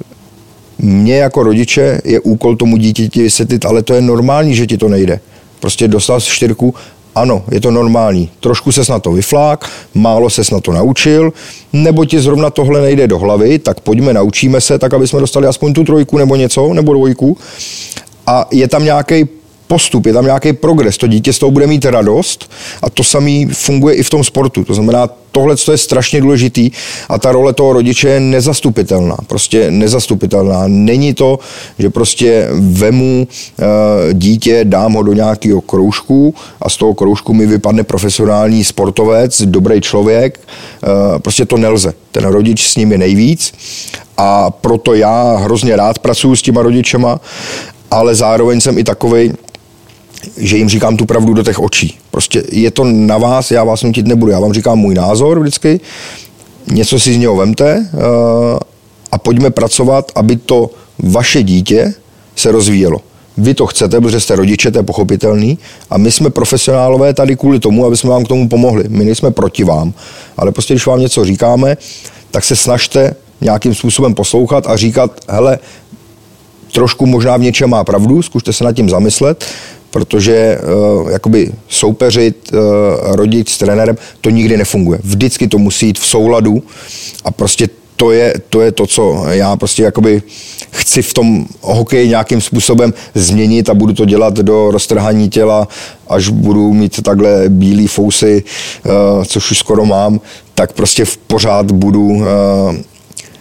mě jako rodiče je úkol tomu dítěti vysvětlit, ale to je normální, že ti to nejde. Prostě dostal jsi čtyřku, ano, je to normální. Trošku ses na to vyflák, málo ses na to naučil, nebo ti zrovna tohle nejde do hlavy, tak pojďme, naučíme se, tak aby jsme dostali aspoň tu trojku nebo něco, nebo dvojku. A je tam nějaký postup, je tam nějaký progres, to dítě z toho bude mít radost a to samé funguje i v tom sportu. To znamená, tohle je strašně důležitý a ta role toho rodiče je nezastupitelná, prostě nezastupitelná. Není to, že prostě vemu uh, dítě, dám ho do nějakého kroužku a z toho kroužku mi vypadne profesionální sportovec, dobrý člověk, uh, prostě to nelze. Ten rodič s ním je nejvíc a proto já hrozně rád pracuji s těma rodičema, ale zároveň jsem i takovej, že jim říkám tu pravdu do těch očí. Prostě je to na vás, já vás nutit nebudu, já vám říkám můj názor vždycky, něco si z něho vemte uh, a pojďme pracovat, aby to vaše dítě se rozvíjelo. Vy to chcete, protože jste rodiče, to je pochopitelný a my jsme profesionálové tady kvůli tomu, aby jsme vám k tomu pomohli. My nejsme proti vám, ale prostě když vám něco říkáme, tak se snažte nějakým způsobem poslouchat a říkat, hele, trošku možná v něčem má pravdu, zkuste se nad tím zamyslet, protože uh, jakoby soupeřit uh, rodič s trenérem, to nikdy nefunguje. Vždycky to musí jít v souladu a prostě to je to, je to co já prostě jakoby chci v tom hokeji nějakým způsobem změnit a budu to dělat do roztrhání těla, až budu mít takhle bílý fousy, uh, což už skoro mám, tak prostě v pořád budu uh,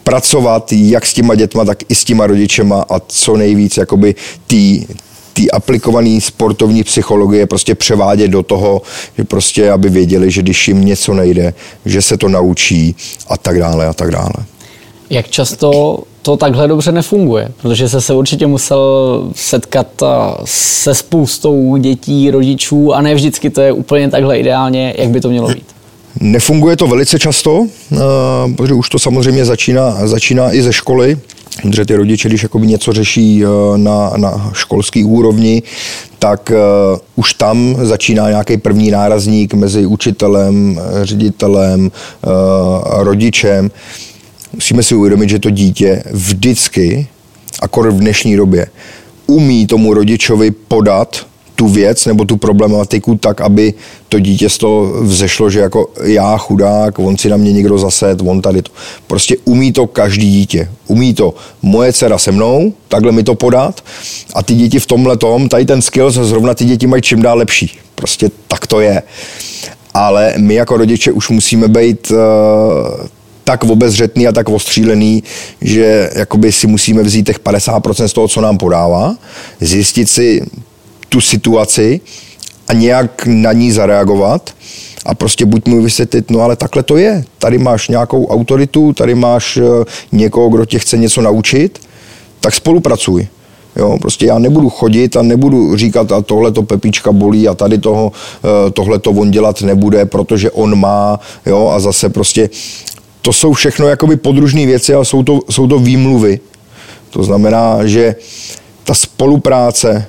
pracovat jak s těma dětma, tak i s těma rodičema a co nejvíc jakoby tý, tý aplikovaný sportovní psychologie prostě převádět do toho, že prostě aby věděli, že když jim něco nejde, že se to naučí a tak dále a tak dále. Jak často to takhle dobře nefunguje? Protože jsi se určitě musel setkat se spoustou dětí, rodičů a ne vždycky to je úplně takhle ideálně, jak by to mělo být. Nefunguje to velice často, protože už to samozřejmě začíná, začíná i ze školy, protože ty rodiče, když jakoby něco řeší na, na školský úrovni, tak uh, už tam začíná nějaký první nárazník mezi učitelem, ředitelem, uh, rodičem. Musíme si uvědomit, že to dítě vždycky, akor v dnešní době, umí tomu rodičovi podat tu věc nebo tu problematiku tak, aby to dítě z toho vzešlo, že jako já chudák, on si na mě někdo zased, on tady to. Prostě umí to každý dítě. Umí to moje dcera se mnou, takhle mi to podat a ty děti v tomhletom, tady ten skill, zrovna ty děti mají čím dál lepší. Prostě tak to je. Ale my jako rodiče už musíme být uh, tak obezřetný a tak ostřílený, že jakoby si musíme vzít těch padesát procent z toho, co nám podává, zjistit si tu situaci a nějak na ní zareagovat a prostě buď mu vysvětlit, no ale takhle to je. Tady máš nějakou autoritu, tady máš někoho, kdo tě chce něco naučit, tak spolupracuj. Jo, prostě já nebudu chodit a nebudu říkat, a tohle to Pepička bolí a tady toho, tohle to on dělat nebude, protože on má, jo, a zase prostě to jsou všechno jakoby podružné věci, ale jsou to, jsou to výmluvy. To znamená, že ta spolupráce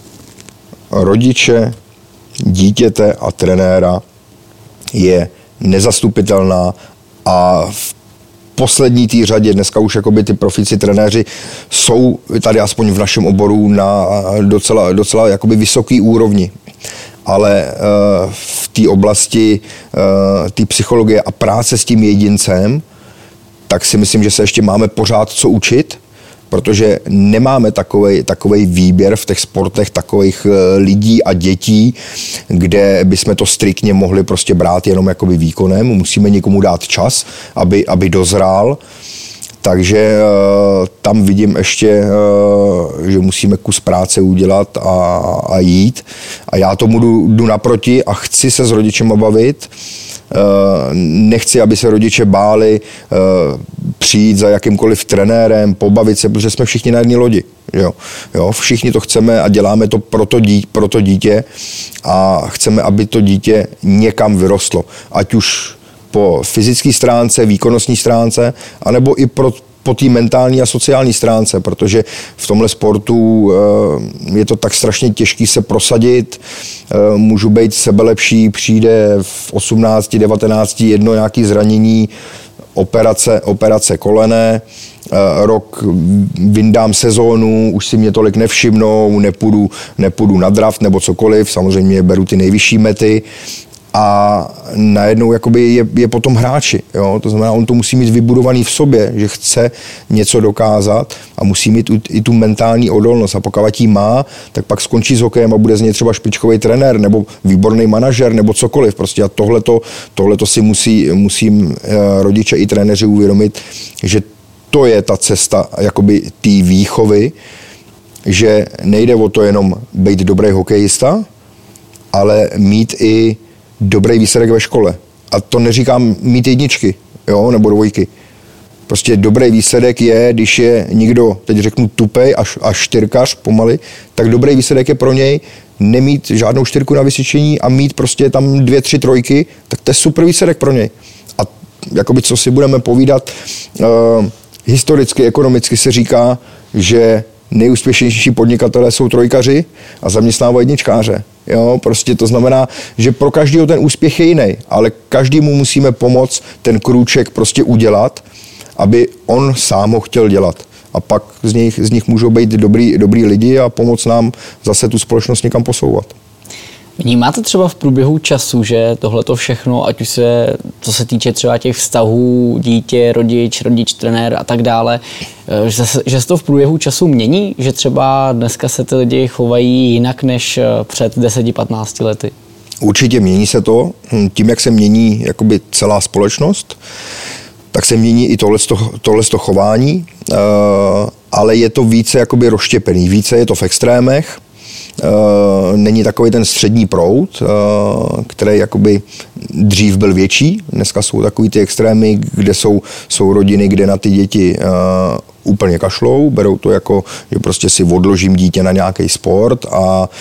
rodiče, dítěte a trenéra je nezastupitelná a v poslední té řadě, dneska už jakoby ty profici trenéři jsou tady aspoň v našem oboru na docela, docela jakoby vysoký úrovni. Ale uh, v té oblasti uh, té psychologie a práce s tím jedincem, tak si myslím, že se ještě máme pořád co učit, protože nemáme takovej, takovej výběr v těch sportech takových lidí a dětí, kde bychom to striktně mohli prostě brát jenom jakoby výkonem. Musíme někomu dát čas, aby, aby dozrál. Takže uh, tam vidím ještě, uh, že musíme kus práce udělat a, a jít. A já tomu jdu, jdu naproti a chci se s rodičem bavit. Uh, nechci, aby se rodiče báli uh, přijít za jakýmkoliv trenérem, pobavit se, protože jsme všichni na jedné lodi. Jo. Jo, všichni to chceme a děláme to pro to, dítě, pro to dítě a chceme, aby to dítě někam vyrostlo. Ať už po fyzické stránce, výkonnostní stránce, anebo i pro, po té mentální a sociální stránce, protože v tomhle sportu je to tak strašně těžký se prosadit, můžu být sebelepší, přijde v osmnácti, devatenácti jedno nějaké zranění, operace, operace kolene, rok vyndám sezónu, už si mě tolik nevšimnou, nepůjdu, nepůjdu na draft nebo cokoliv, samozřejmě beru ty nejvyšší mety, a najednou jakoby je, je potom hráči. Jo? To znamená, on to musí mít vybudovaný v sobě, že chce něco dokázat a musí mít i tu mentální odolnost. A pokud ji má, tak pak skončí s hokejem a bude z něj třeba špičkový trenér nebo výborný manažer nebo cokoliv. Prostě a tohleto, tohleto si musí, musím rodiče i trenéři uvědomit, že to je ta cesta jakoby té výchovy, že nejde o to jenom být dobrý hokejista, ale mít i dobrý výsledek ve škole. A to neříkám mít jedničky, jo, nebo dvojky. Prostě dobrý výsledek je, když je někdo, teď řeknu tupej až, až čtyřkař pomaly, tak dobrý výsledek je pro něj nemít žádnou čtyřku na vysyčení a mít prostě tam dvě, tři trojky, tak to je super výsledek pro něj. A jakoby co si budeme povídat, uh, historicky, ekonomicky se říká, že nejúspěšnější podnikatelé jsou trojkaři a zaměstnávají jedničkáře. Jo, prostě to znamená, že pro každého ten úspěch je jiný, ale každému musíme pomoct ten krůček prostě udělat, aby on sám ho chtěl dělat. A pak z nich, z nich můžou být dobrý, dobrý lidi a pomoct nám zase tu společnost někam posouvat. Vnímáte třeba v průběhu času, že tohleto všechno, ať už se, co se týče třeba těch vztahů dítě, rodič, rodič, trenér a tak dále, že se, že se to v průběhu času mění? Že třeba dneska se ty lidi chovají jinak než před deseti patnácti lety? Určitě mění se to. Tím, jak se mění jakoby celá společnost, tak se mění i tohle chování, ale je to více jakoby rozštěpený, více je to v extrémech, není takový ten střední proud, který jakoby dřív byl větší, dneska jsou takový ty extrémy, kde jsou, jsou rodiny, kde na ty děti úplně kašlou, berou to jako, že prostě si odložím dítě na nějaký sport a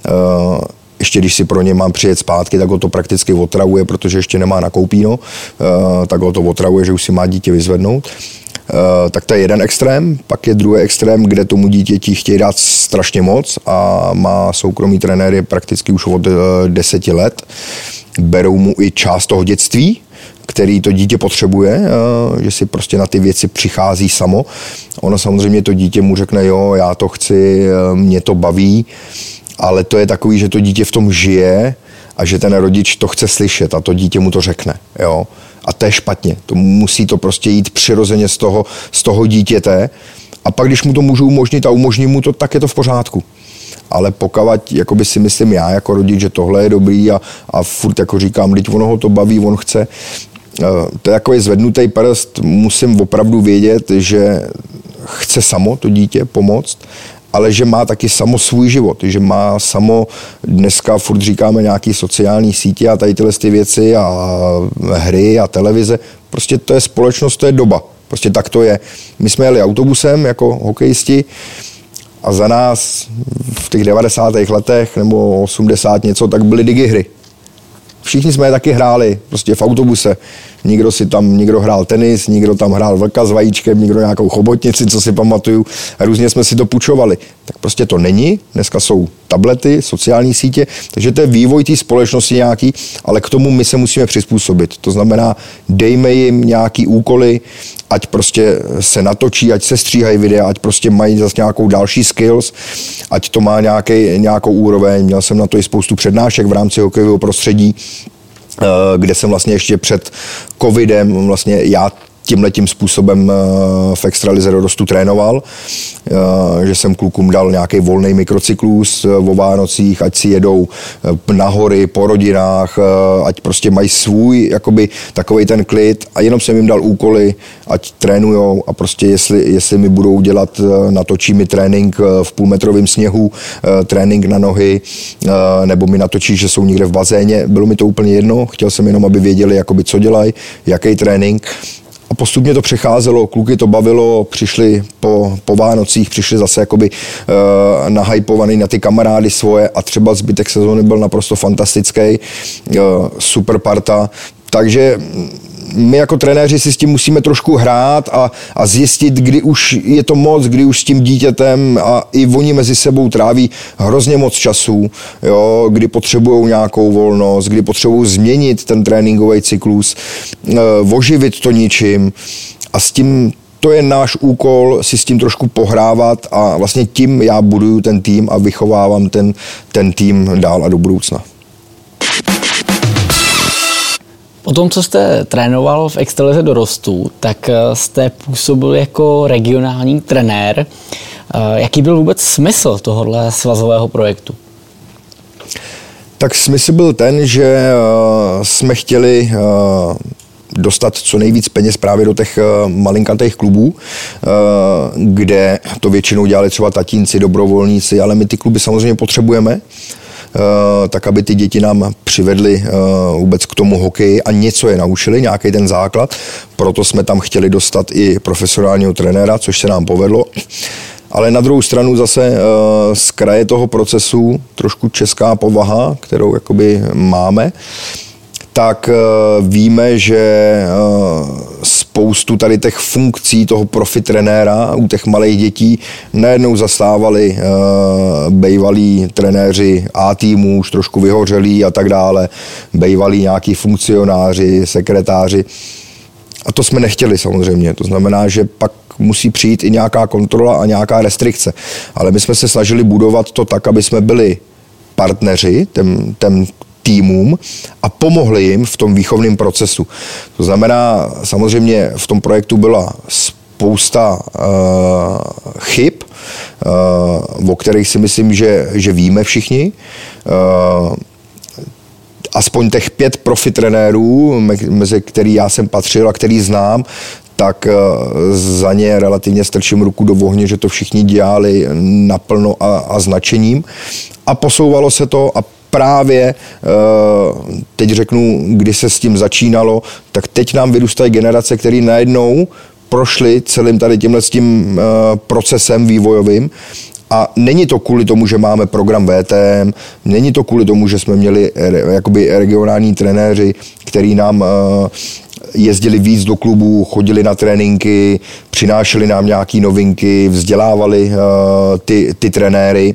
ještě když si pro ně mám přijet zpátky, tak ho to prakticky otravuje, protože ještě nemá nakoupíno, tak ho to otravuje, že už si má dítě vyzvednout. Tak to je jeden extrém, pak je druhý extrém, kde tomu dítěti chtějí dát strašně moc a má soukromý trenéry prakticky už od deseti let. Berou mu i část toho dětství, který to dítě potřebuje, že si prostě na ty věci přichází samo. Ono samozřejmě to dítě mu řekne, jo, já to chci, mě to baví, ale to je takový, že to dítě v tom žije a že ten rodič to chce slyšet a to dítě mu to řekne, jo. A to je špatně. To musí to prostě jít přirozeně z toho, z toho dítěte. A pak, když mu to můžu umožnit a umožním mu to, tak je to v pořádku. Ale pokud jakoby si myslím já jako rodič, že tohle je dobrý a, a furt jako říkám, teď ono ho to baví, on chce. To je takový zvednutý prst. Musím opravdu vědět, že chce samo to dítě pomoct, ale že má taky samo svůj život, že má samo, dneska furt říkáme nějaký sociální sítě a tady tyhle ty věci a hry a televize, prostě to je společnost, to je doba, prostě tak to je. My jsme jeli autobusem jako hokejisti a za nás v těch devadesátých letech nebo osmdesát něco, tak byly digihry. Všichni jsme je taky hráli, prostě v autobuse. Někdo si tam, někdo hrál tenis, někdo tam hrál vlka s vajíčkem, někdo nějakou chobotnici, co si pamatuju. A různě jsme si to půjčovali. Tak prostě to není. Dneska jsou tablety, sociální sítě, takže to je vývoj té společnosti nějaký, ale k tomu my se musíme přizpůsobit. To znamená, dejme jim nějaký úkoly, ať prostě se natočí, ať se stříhají videa, ať prostě mají zase nějakou další skills, ať to má nějaký, nějakou úroveň. Měl jsem na to i spoustu přednášek v rámci hokejového prostředí, kde jsem vlastně ještě před covidem vlastně já tímhletím způsobem v extralize dorostu trénoval, že jsem klukům dal nějaký volný mikrocyklus o Vánocích, ať si jedou na hory, po rodinách, ať prostě mají svůj jakoby takovej ten klid a jenom jsem jim dal úkoly, ať trénujou a prostě jestli, jestli mi budou dělat, natočí mi trénink v půlmetrovém sněhu, trénink na nohy, nebo mi natočí, že jsou někde v bazéně, bylo mi to úplně jedno, chtěl jsem jenom, aby věděli, jakoby, co dělají, jaký trénink. A postupně to přecházelo, kluky to bavilo, přišli po, po Vánocích, přišli zase jakoby uh, nahypovaný na ty kamarády svoje a třeba zbytek sezóny byl naprosto fantastický, uh, super parta. Takže my jako trenéři si s tím musíme trošku hrát a, a zjistit, kdy už je to moc, kdy už s tím dítětem a i oni mezi sebou tráví hrozně moc času, jo, kdy potřebují nějakou volnost, kdy potřebují změnit ten tréninkový cyklus, oživit to ničím a s tím to je náš úkol si s tím trošku pohrávat a vlastně tím já buduju ten tým a vychovávám ten, ten tým dál a do budoucna. Po tom, co jste trénoval v extralize dorostu, tak jste působil jako regionální trenér. Jaký byl vůbec smysl tohohle svazového projektu? Tak smysl byl ten, že jsme chtěli dostat co nejvíc peněz právě do těch malinkatých klubů, kde to většinou dělali třeba tatínci, dobrovolníci, ale my ty kluby samozřejmě potřebujeme, tak aby ty děti nám přivedly vůbec k tomu hokeji a něco je naučili, nějaký ten základ. Proto jsme tam chtěli dostat i profesionálního trenéra, což se nám povedlo. Ale na druhou stranu zase z kraje toho procesu trošku česká povaha, kterou jakoby máme, tak víme, že spoustu tady těch funkcí toho profi trenéra u těch malých dětí najednou zastávali bejvalí trenéři A týmů, už trošku vyhořelí a tak dále, bejvalí nějaký funkcionáři, sekretáři. A to jsme nechtěli samozřejmě. To znamená, že pak musí přijít i nějaká kontrola a nějaká restrikce. Ale my jsme se snažili budovat to tak, aby jsme byli partneři, ten, ten týmům a pomohli jim v tom výchovném procesu. To znamená, samozřejmě v tom projektu byla spousta uh, chyb, uh, o kterých si myslím, že, že víme všichni. Uh, aspoň těch pět profi trenérů, mezi který já jsem patřil a který znám, tak za ně relativně strčím ruku do ohně, že to všichni dělali naplno a, a značením. A posouvalo se to a právě, teď řeknu, kdy se s tím začínalo, tak teď nám vyrůstají generace, které najednou prošly celým tady tímhle s tím procesem vývojovým. A není to kvůli tomu, že máme program V T M, není to kvůli tomu, že jsme měli jakoby regionální trenéři, který nám jezdili víc do klubů, chodili na tréninky, přinášeli nám nějaké novinky, vzdělávali ty, ty trenéry.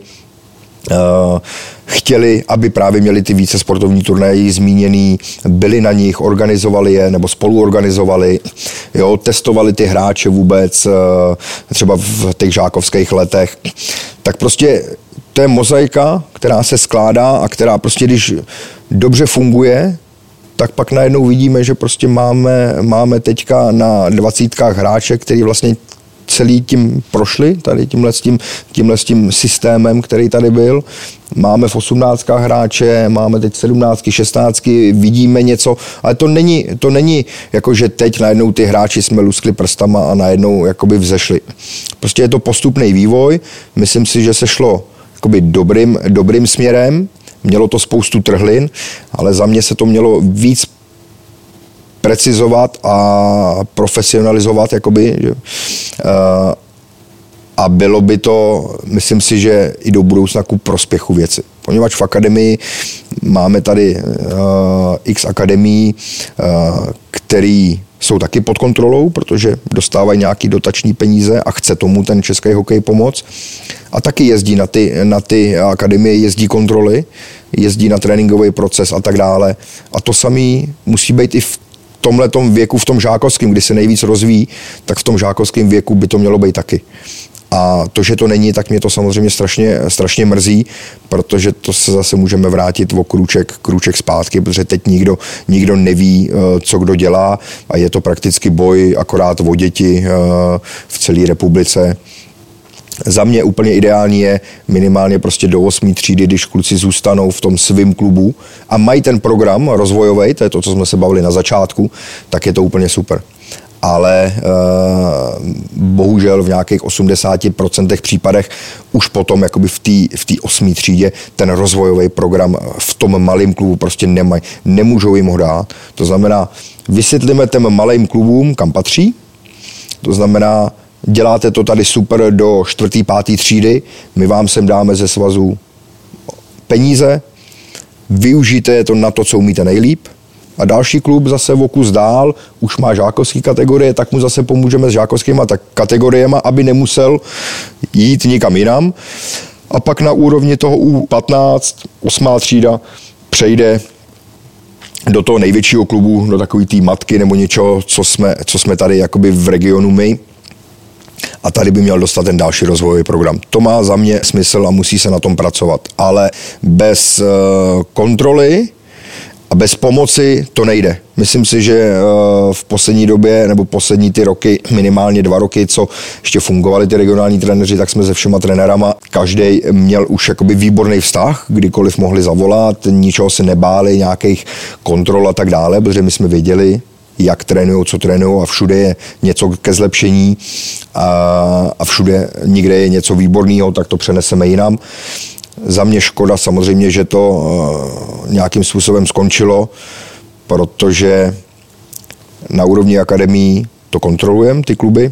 Chtěli, aby právě měli ty více sportovní turnaje zmíněný, byli na nich, organizovali je nebo spoluorganizovali, jo, testovali ty hráče vůbec, třeba v těch žákovských letech. Tak prostě to je mozaika, která se skládá a která prostě, když dobře funguje, tak pak najednou vidíme, že prostě máme, máme teďka na dvacítkách hráče, který vlastně celý tím prošli, tady tímhle s tím, tímhle s tím systémem, který tady byl. Máme v osmnáctkách hráče, máme teď sedmnáctky, šestnáctky, vidíme něco, ale to není, to není jako, že teď najednou ty hráči jsme luskli prstama a najednou jakoby vzešli. Prostě je to postupný vývoj, myslím si, že se šlo jakoby dobrým, dobrým směrem, mělo to spoustu trhlin, ale za mě se to mělo víc precizovat a profesionalizovat, jakoby, že, a bylo by to, myslím si, že i do budoucna ku prospěchu věci. Poněvadž v akademii máme tady uh, x akademií, uh, který jsou taky pod kontrolou, protože dostávají nějaký dotační peníze a chce tomu ten český hokej pomoct. A taky jezdí na ty, na ty akademie, jezdí kontroly, jezdí na tréninkový proces a tak dále. A to samé musí být i v tomhletom věku, v tom žákovském, kdy se nejvíc rozvíjí, tak v tom žákovském věku by to mělo být taky. A to, že to není, tak mě to samozřejmě strašně, strašně mrzí, protože to se zase můžeme vrátit o krůček, krůček zpátky, protože teď nikdo, nikdo neví, co kdo dělá a je to prakticky boj akorát o děti v celé republice. Za mě úplně ideální je minimálně prostě do osmé třídy, když kluci zůstanou v tom svém klubu a mají ten program rozvojový, to je to, co jsme se bavili na začátku, tak je to úplně super. Ale e, bohužel v nějakých osmdesáti procentech případech už potom jakoby v té v té osmé třídě ten rozvojový program v tom malém klubu prostě nemají, nemůžou jim ho dát. To znamená, vysvětlíme těm malým klubům, kam patří, to znamená, děláte to tady super do čtvrtý, pátý třídy, my vám sem dáme ze svazu peníze, využijte to na to, co umíte nejlíp, a další klub zase o kus dál, už má žákovské kategorie, tak mu zase pomůžeme s žákovskými kategoriemi, aby nemusel jít nikam jinam. A pak na úrovni toho U patnáct, osmá třída, přejde do toho největšího klubu, do takové té matky nebo něčeho, co jsme, co jsme tady jakoby v regionu my. A tady by měl dostat ten další rozvojový program. To má za mě smysl a musí se na tom pracovat. Ale bez uh, kontroly a bez pomoci to nejde. Myslím si, že v poslední době, nebo poslední ty roky, minimálně dva roky, co ještě fungovali ty regionální trenéři, tak jsme se všema trenérama, každý měl už jakoby výborný vztah, kdykoliv mohli zavolat, ničeho se nebáli, nějakých kontrol a tak dále, protože my jsme věděli, jak trénujou, co trénujou a všude je něco ke zlepšení a, a všude nikde je něco výborného, tak to přeneseme jinam. Za mě škoda samozřejmě, že to uh, nějakým způsobem skončilo, protože na úrovni akademií to kontrolujeme, ty kluby,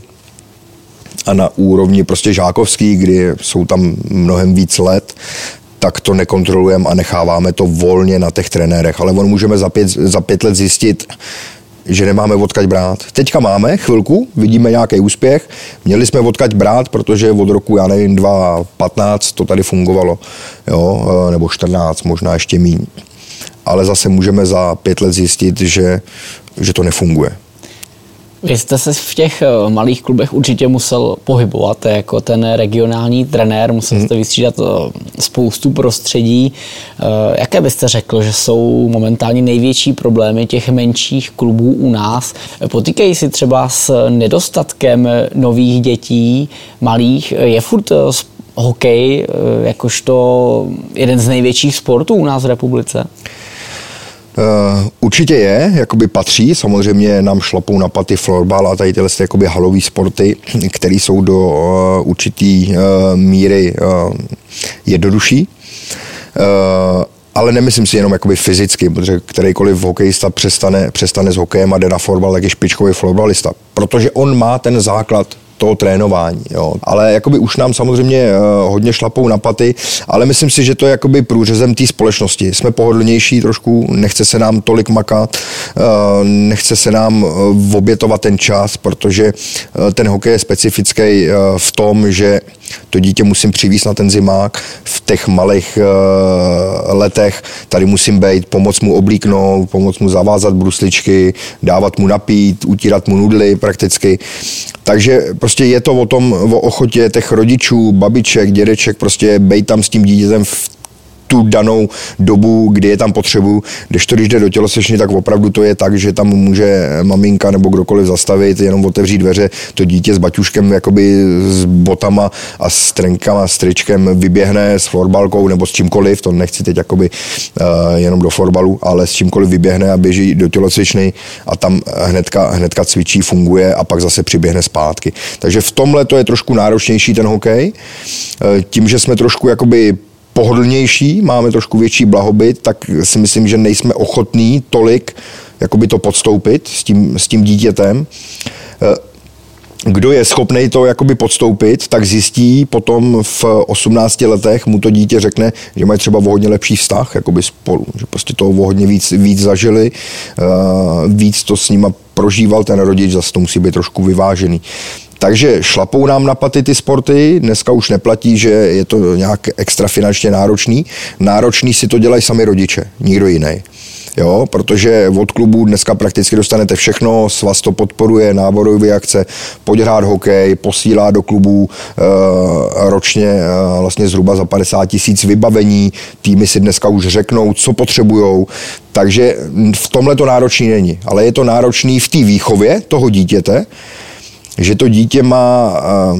a na úrovni prostě žákovský, kdy jsou tam mnohem víc let, tak to nekontrolujeme a necháváme to volně na těch trenérech. Ale on můžeme za pět, za pět let zjistit, že nemáme odkaď brát. Teďka máme chvilku, vidíme nějaký úspěch, měli jsme odkaď brát, protože od roku, já nevím, dva tisíce patnáct to tady fungovalo, jo, nebo čtrnáct, možná ještě míň. Ale zase můžeme za pět let zjistit, že, že to nefunguje. Vy jste se v těch malých klubech určitě musel pohybovat jako ten regionální trenér, musel jste vystřídat spoustu prostředí. Jaké byste řekl, že jsou momentálně největší problémy těch menších klubů u nás? Potýkají si třeba s nedostatkem nových dětí, malých? Je furt hokej jakožto jeden z největších sportů u nás v republice? Uh, určitě je, jakoby patří, samozřejmě nám šlapou na paty florbal a tady tyhle jakoby halový sporty, které jsou do uh, určitý uh, míry uh, jednodušší. Uh, ale nemyslím si jenom jakoby fyzicky, protože kterýkoliv hokejista přestane, přestane s hokejem a jde na florbal, tak je špičkový florbalista, protože on má ten základ toho trénování, jo. Ale jakoby už nám samozřejmě uh, hodně šlapou na paty, ale myslím si, že to je jakoby průřezem té společnosti. Jsme pohodlnější trošku, nechce se nám tolik makat, uh, nechce se nám uh, obětovat ten čas, protože uh, ten hokej je specifický uh, v tom, že to dítě musím přivízt na ten zimák v těch malých uh, letech, tady musím být, pomoct mu oblíknout, pomoct mu zavázat brusličky, dávat mu napít, utírat mu nudly prakticky. Takže prostě je to o tom, o ochotě těch rodičů, babiček, dědeček, prostě bejt tam s tím dítětem v tu danou dobu, kdy je tam potřebu. Když to, když jde do tělocvičny, tak opravdu to je tak, že tam může maminka nebo kdokoliv zastavit, jenom otevřít dveře, to dítě s baťuškem, jakoby s botama a s trenkama, s tričkem vyběhne s florbalkou nebo s čímkoliv, to nechci teď jakoby uh, jenom do florbalu, ale s čímkoliv vyběhne a běží do tělocvičny a tam hnedka, hnedka cvičí, funguje a pak zase přiběhne zpátky. Takže v tomhle to je trošku náročnější ten hokej. Tím, že jsme trošku jakoby pohodlnější, máme trošku větší blahobyt, tak si myslím, že nejsme ochotní tolik jakoby to podstoupit s tím, s tím dítětem. Kdo je schopný to jakoby podstoupit, tak zjistí potom v osmnácti letech mu to dítě řekne, že mají třeba o hodně lepší vztah jakoby spolu, že prostě toho o hodně víc, víc zažili, víc to s nima prožíval ten rodič, zase to musí být trošku vyvážený. Takže šlapou nám na paty ty sporty, dneska už neplatí, že je to nějak extra finančně náročný. Náročný si to dělají sami rodiče, nikdo jiný. Jo, protože od klubu dneska prakticky dostanete všechno, svaz to podporuje, náborové akce, pojď hrát hokej, posílá do klubů e, ročně e, vlastně zhruba za padesát tisíc vybavení, týmy si dneska už řeknou, co potřebujou, takže v tomhle to náročný není, ale je to náročný v té výchově toho dítěte, že to dítě má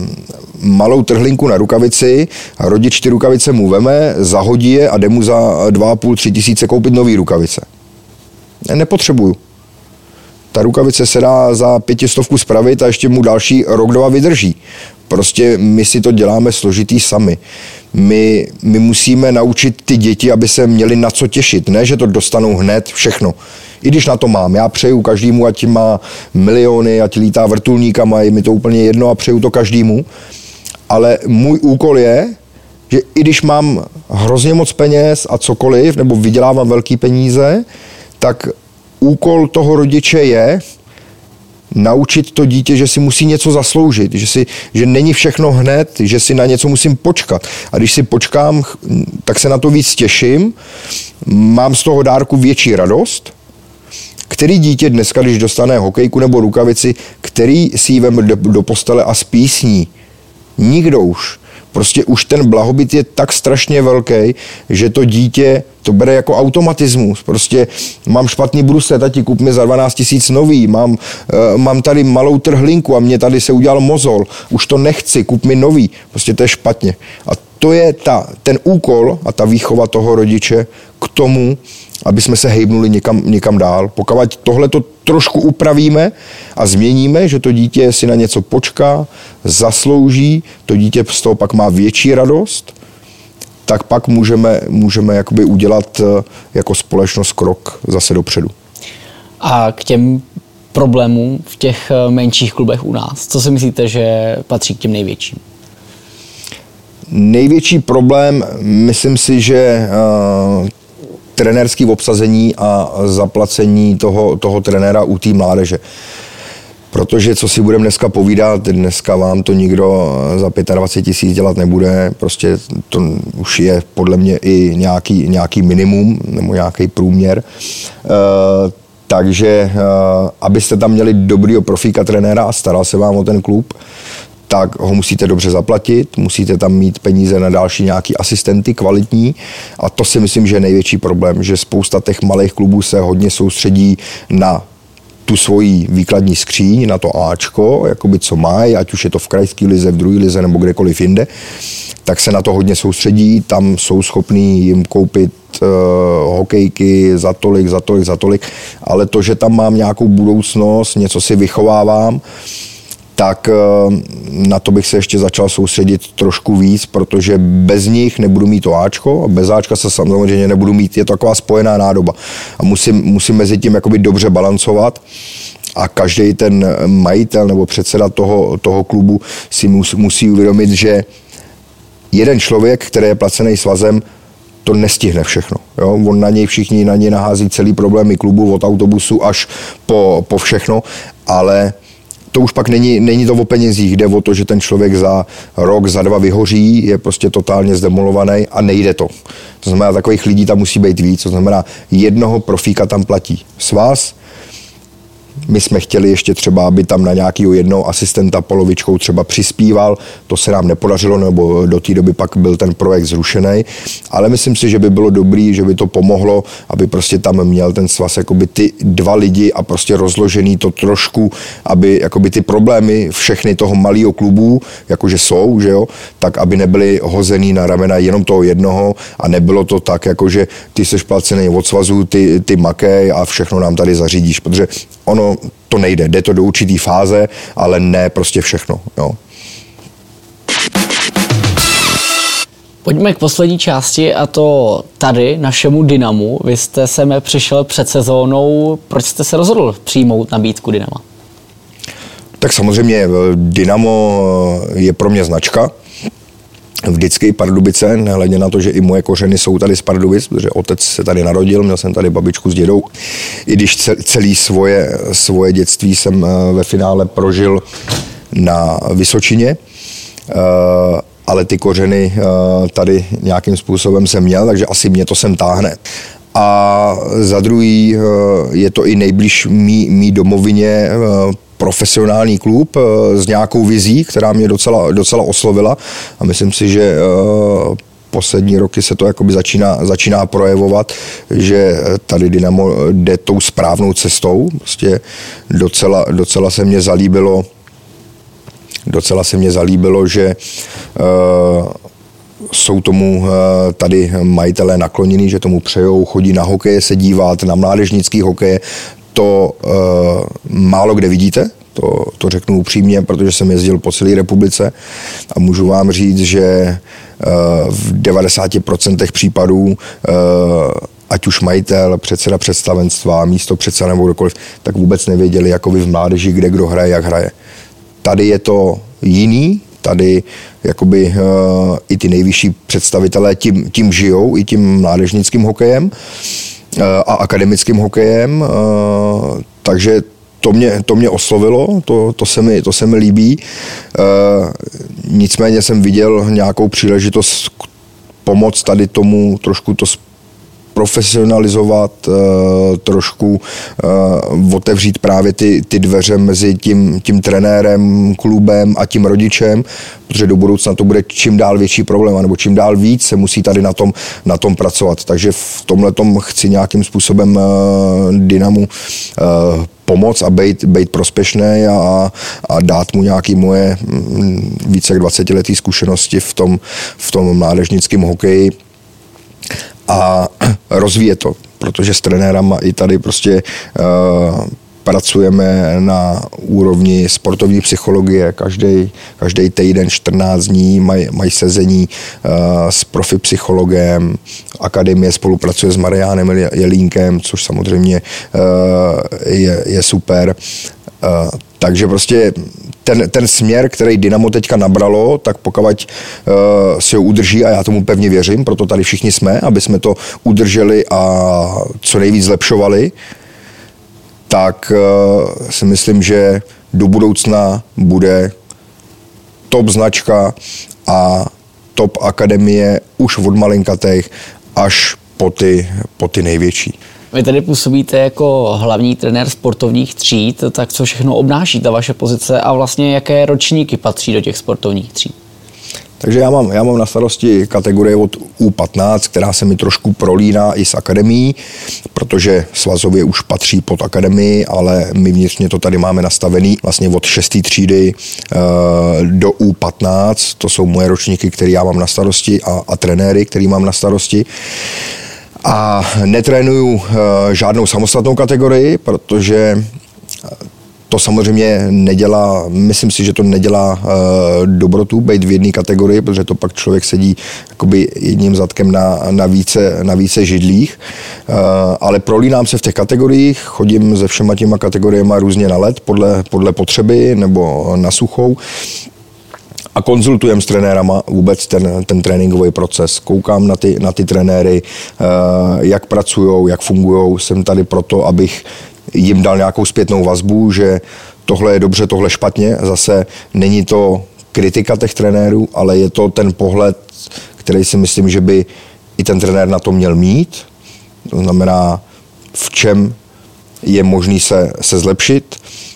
malou trhlinku na rukavici a rodič ty rukavice mu veme, zahodí je a jde mu za dva a půl, tři tisíce koupit nový rukavice. Já nepotřebuju. Ta rukavice se dá za pětistovku spravit a ještě mu další rok, dva vydrží. Prostě my si to děláme složitý sami. My, my musíme naučit ty děti, aby se měli na co těšit. Ne, že to dostanou hned všechno. I když na to mám. Já přeju každému, ať má miliony, ať lítá vrtulníkama, je mi to úplně jedno a přeju to každému. Ale můj úkol je, že i když mám hrozně moc peněz a cokoliv, nebo vydělávám velký peníze, tak úkol toho rodiče je naučit to dítě, že si musí něco zasloužit, že, si, že není všechno hned, že si na něco musím počkat. A když si počkám, tak se na to víc těším, mám z toho dárku větší radost. Který dítě dneska, když dostane hokejku nebo rukavici, který si ji veme do, do postele a spí s ní? Nikdo už. Prostě už ten blahobyt je tak strašně velký, že to dítě to bere jako automatismus. Prostě mám špatný brusle, tati, kup mi za dvanáct tisíc nový, mám, uh, mám tady malou trhlinku a mě tady se udělal mozol, už to nechci, kup mi nový. Prostě to je špatně. A to je ta, ten úkol a ta výchova toho rodiče k tomu, aby jsme se hejbnuli někam, někam dál. Pokud tohle to trošku upravíme a změníme, že to dítě si na něco počká, zaslouží, to dítě z toho pak má větší radost, tak pak můžeme, můžeme jakoby udělat jako společnost krok zase dopředu. A k těm problémům v těch menších klubech u nás, co si myslíte, že patří k těm největším? Největší problém, myslím si, že uh, trenérský obsazení a zaplacení toho, toho trenéra u té mládeže. Protože co si budeme dneska povídat, dneska vám to nikdo za dvacet pět tisíc dělat nebude, prostě to už je podle mě i nějaký, nějaký minimum nebo nějaký průměr. Uh, takže uh, abyste tam měli dobrýho profíka trenéra a staral se vám o ten klub, tak ho musíte dobře zaplatit, musíte tam mít peníze na další nějaký asistenty kvalitní a to si myslím, že je největší problém, že spousta těch malých klubů se hodně soustředí na tu svoji výkladní skříň na to Ačko, jakoby co mají, ať už je to v krajské lize, v druhé lize nebo kdekoliv jinde, tak se na to hodně soustředí, tam jsou schopní jim koupit uh, hokejky za tolik, za tolik, za tolik, ale to, že tam mám nějakou budoucnost, něco si vychovávám, tak uh, na to bych se ještě začal soustředit trošku víc, protože bez nich nebudu mít to Ačko a bez Ačka se samozřejmě nebudu mít, je to taková spojená nádoba a musím, musím mezi tím jakoby dobře balancovat. A každý ten majitel nebo předseda toho, toho klubu si mus, musí uvědomit, že jeden člověk, který je placený svazem, to nestihne všechno. Jo? On na něj všichni na něj nahází celý problémy klubu od autobusu až po, po všechno, ale to už pak není, není to o penězích, jde o to, že ten člověk za rok, za dva vyhoří, je prostě totálně zdemolovaný a nejde to. To znamená, takových lidí tam musí být víc, to znamená, jednoho profíka tam platí svaz. My jsme chtěli ještě třeba, aby tam na nějakého jednoho asistenta polovičkou třeba přispíval, to se nám nepodařilo, nebo do té doby pak byl ten projekt zrušený, ale myslím si, že by bylo dobrý, že by to pomohlo, aby prostě tam měl ten svaz jakoby ty dva lidi a prostě rozložený to trošku, aby jakoby ty problémy všechny toho malého klubu, jakože jsou, že jo, tak aby nebyly hozený na ramena jenom toho jednoho a nebylo to tak, jakože ty seš placený od svazu, ty, ty makej a všechno nám tady zařídíš, protože ono to nejde, jde to do určitý fáze, ale ne prostě všechno. Jo. Pojďme k poslední části a to tady, našemu Dynamu. Vy jste sem přišel před sezónou, proč jste se rozhodl přijmout nabídku Dynama? Tak samozřejmě Dynamo je pro mě značka. Vždycky Pardubice, nehledě na to, že i moje kořeny jsou tady z Pardubic, protože otec se tady narodil, měl jsem tady babičku s dědou. I když celé svoje, svoje dětství jsem ve finále prožil na Vysočině, ale ty kořeny tady nějakým způsobem jsem měl, takže asi mě to sem táhne. A za druhý je to i nejblíž mý, mý domovině profesionální klub s nějakou vizí, která mě docela, docela oslovila a myslím si, že poslední roky se to jakoby začíná, začíná projevovat, že tady Dynamo jde tou správnou cestou. Prostě docela, docela se mně zalíbilo, docela se mně zalíbilo, že uh, jsou tomu tady majitelé naklonění, že tomu přejou, chodí na hokeje se dívat, na mládežnický hokeje. To uh, málo kde vidíte, to, to řeknu upřímně, protože jsem jezdil po celé republice a můžu vám říct, že uh, v devadesáti procentech případů uh, ať už majitel, předseda představenstva, místo předseda nebo kdokoliv, tak vůbec nevěděli, jako vy v mládeži, kde kdo hraje, jak hraje. Tady je to jiný, tady jakoby uh, i ty nejvyšší představitelé tím, tím žijou, i tím mládežnickým hokejem uh, a akademickým hokejem, uh, takže to mě, to mě oslovilo, to, to, se mi, to se mi líbí. Uh, nicméně jsem viděl nějakou příležitost pomoct tady tomu trošku to profesionalizovat, trošku otevřít právě ty, ty dveře mezi tím, tím trenérem, klubem a tím rodičem, protože do budoucna to bude čím dál větší problém, nebo čím dál víc se musí tady na tom, na tom pracovat. Takže v tomhletom chci nějakým způsobem Dynamu pomoct a být, být prospěšný a, a dát mu nějaké moje více jak dvacetileté zkušenosti v tom, v tom mládežnickém hokeji a rozvíjet to, protože s trenérama i tady prostě uh, pracujeme na úrovni sportovní psychologie, každý, každý týden čtrnáct dní mají maj sezení uh, s profi psychologem, akademie spolupracuje s Mariánem Jelínkem, což samozřejmě uh, je, je super. Uh, takže prostě ten, ten směr, který Dynamo teďka nabralo, tak pokud uh, si ho udrží, a já tomu pevně věřím, proto tady všichni jsme, aby jsme to udrželi a co nejvíc zlepšovali, tak uh, si myslím, že do budoucna bude top značka a top akademie už od malinkatých až po ty, po ty největší. Vy tady působíte jako hlavní trenér sportovních tříd, tak co všechno obnáší ta vaše pozice a vlastně jaké ročníky patří do těch sportovních tříd? Takže já mám, já mám na starosti kategorie od U patnáct, která se mi trošku prolíná i s akademií, protože svazově už patří pod akademii, ale my vnitřně to tady máme nastavený vlastně od šesté třídy e, do U patnáct. To jsou moje ročníky, které já mám na starosti a, a trenéry, který mám na starosti. A netrénuju e, žádnou samostatnou kategorii, protože to samozřejmě nedělá, myslím si, že to nedělá e, dobrotu být v jedné kategorii, protože to pak člověk sedí jakoby jedním zadkem na, na, více, na více židlích, e, ale prolínám se v těch kategoriích, chodím se všema těma kategoriemi různě na led, podle, podle potřeby nebo na suchou. A konzultujem s trenérama vůbec ten, ten tréninkový proces. Koukám na ty, na ty trenéry, jak pracujou, jak fungují. Jsem tady proto, abych jim dal nějakou zpětnou vazbu, že tohle je dobře, tohle špatně. Zase není to kritika těch trenérů, ale je to ten pohled, který si myslím, že by i ten trenér na to měl mít. To znamená, v čem je možný se, se zlepšit,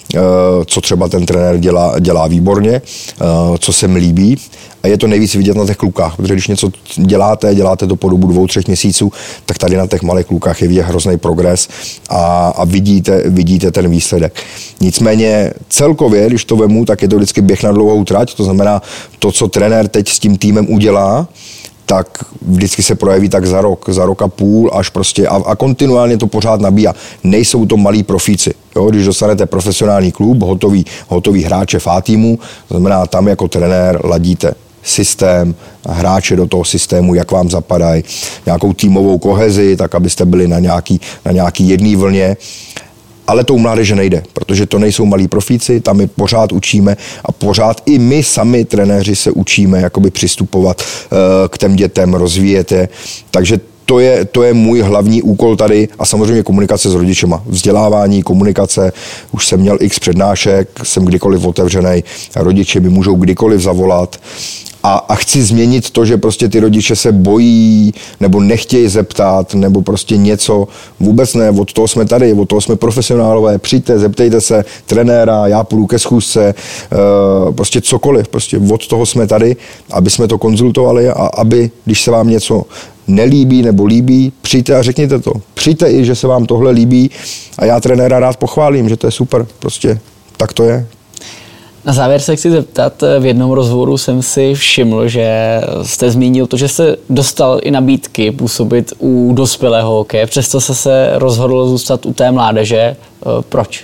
co třeba ten trenér dělá, dělá výborně, co se mi líbí. A je to nejvíc vidět na těch klukách, protože když něco děláte, děláte to po dobu dvou, třech měsíců, tak tady na těch malých klukách je vidět hrozný progres a, a vidíte, vidíte ten výsledek. Nicméně celkově, když to vemu, tak je to vždycky běh na dlouhou trať, to znamená to, co trenér teď s tím týmem udělá, tak vždycky se projeví tak za rok, za rok a půl, až prostě a, a kontinuálně to pořád nabíjá. Nejsou to malí profíci. Jo? Když dostanete profesionální klub, hotový, hotový hráče v A týmu, to znamená tam jako trenér ladíte systém, hráče do toho systému, jak vám zapadají, nějakou týmovou kohezi, tak abyste byli na nějaký, na nějaký jedné vlně. Ale to u mládeže nejde, protože to nejsou malí profíci, tam my pořád učíme a pořád i my sami trenéři se učíme jakoby přistupovat uh, k těm dětem, rozvíjet je. Takže to je, to je můj hlavní úkol tady a samozřejmě komunikace s rodičema. Vzdělávání, komunikace, už jsem měl x přednášek, jsem kdykoliv otevřenej, rodiče mi můžou kdykoliv zavolat. A, a chci změnit to, že prostě ty rodiče se bojí nebo nechtějí zeptat nebo prostě něco. Vůbec ne, od toho jsme tady, od toho jsme profesionálové. Přijďte, zeptejte se trenéra, já půjdu ke schůzce, e, prostě cokoliv. Prostě od toho jsme tady, aby jsme to konzultovali a aby, když se vám něco nelíbí nebo líbí, přijďte a řekněte to. Přijďte i, že se vám tohle líbí a já trenéra rád pochválím, že to je super. Prostě tak to je. Na závěr se chci zeptat, v jednom rozhovoru jsem si všiml, že jste zmínil to, že jste dostal i nabídky působit u dospělého hokeje, přesto jste se rozhodl zůstat u té mládeže. Proč?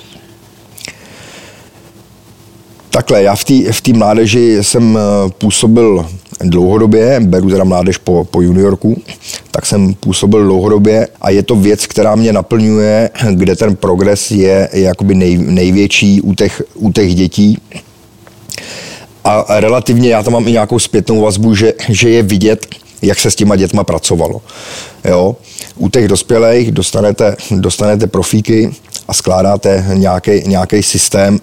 Takhle, já v té mládeži jsem působil dlouhodobě, beru teda mládež po, po juniorku, tak jsem působil dlouhodobě a je to věc, která mě naplňuje, kde ten progres je, je jakoby nej, největší u těch, u těch dětí. A relativně já tam mám i nějakou zpětnou vazbu, že, že je vidět, jak se s těma dětma pracovalo. Jo? U těch dospělých dostanete, dostanete profíky a skládáte nějaký systém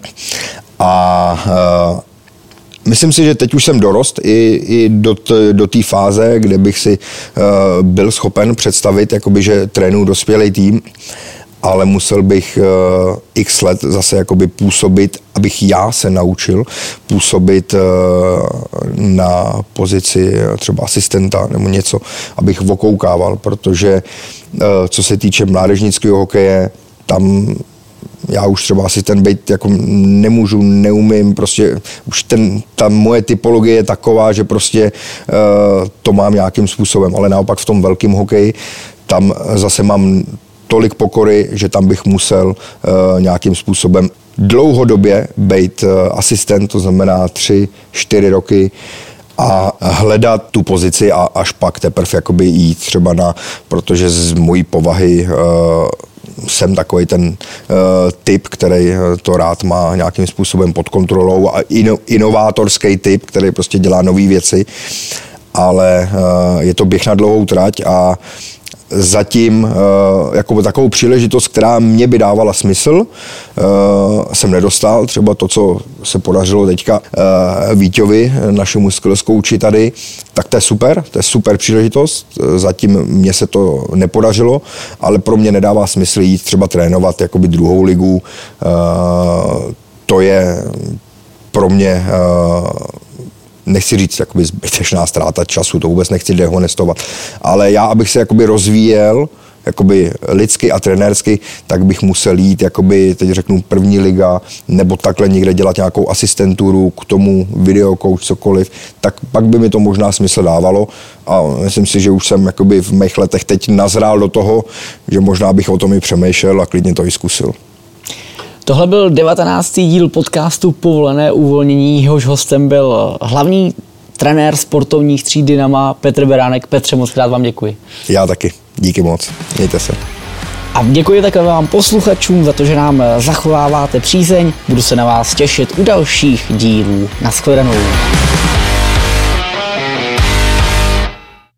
a myslím si, že teď už jsem dorost i, i do, t, do té fáze, kde bych si uh, byl schopen představit, jakoby, že trénuju dospělý tým, ale musel bych uh, x let zase jakoby působit, abych já se naučil působit uh, na pozici třeba asistenta nebo něco, abych vokoukával, protože uh, co se týče mládežnického hokeje, tam já už třeba asistent být jako nemůžu, neumím, prostě už ten, ta moje typologie je taková, že prostě uh, to mám nějakým způsobem, ale naopak v tom velkém hokeji tam zase mám tolik pokory, že tam bych musel uh, nějakým způsobem dlouhodobě být uh, asistent, to znamená tři, čtyři roky a hledat tu pozici a až pak teprve jakoby jít třeba na, protože z mojí povahy uh, jsem takový ten uh, typ, který to rád má nějakým způsobem pod kontrolou a ino, inovátorský typ, který prostě dělá nové věci, ale uh, je to běh na dlouhou trať a zatím uh, jako takovou příležitost, která mě by dávala smysl, uh, jsem nedostal. Třeba to, co se podařilo teďka uh, Víťovi, našemu skills coachi tady, tak to je super, to je super příležitost. Zatím mně se to nepodařilo, ale pro mě nedává smysl jít třeba trénovat jakoby druhou ligu. Uh, to je pro mě uh, nechci říct jakoby zbytečná ztráta času, to vůbec nechci dehonestovat, ale já, abych se jakoby rozvíjel, jakoby lidsky a trenérsky, tak bych musel jít, jakoby, teď řeknu, první liga, nebo takhle někde dělat nějakou asistenturu, k tomu videokouč, cokoliv, tak pak by mi to možná smysl dávalo a myslím si, že už jsem jakoby v mých letech teď nazrál do toho, že možná bych o tom i přemýšlel a klidně to i zkusil. Tohle byl devatenáctý díl podcastu Povolené uvolnění, jehož hostem byl hlavní trenér sportovních tříd Dynama Petr Beránek. Petře, moc krát vám děkuji. Já taky. Díky moc. Mějte se. A děkuji také vám posluchačům za to, že nám zachováváte přízeň. Budu se na vás těšit u dalších dílů. Nashledanou.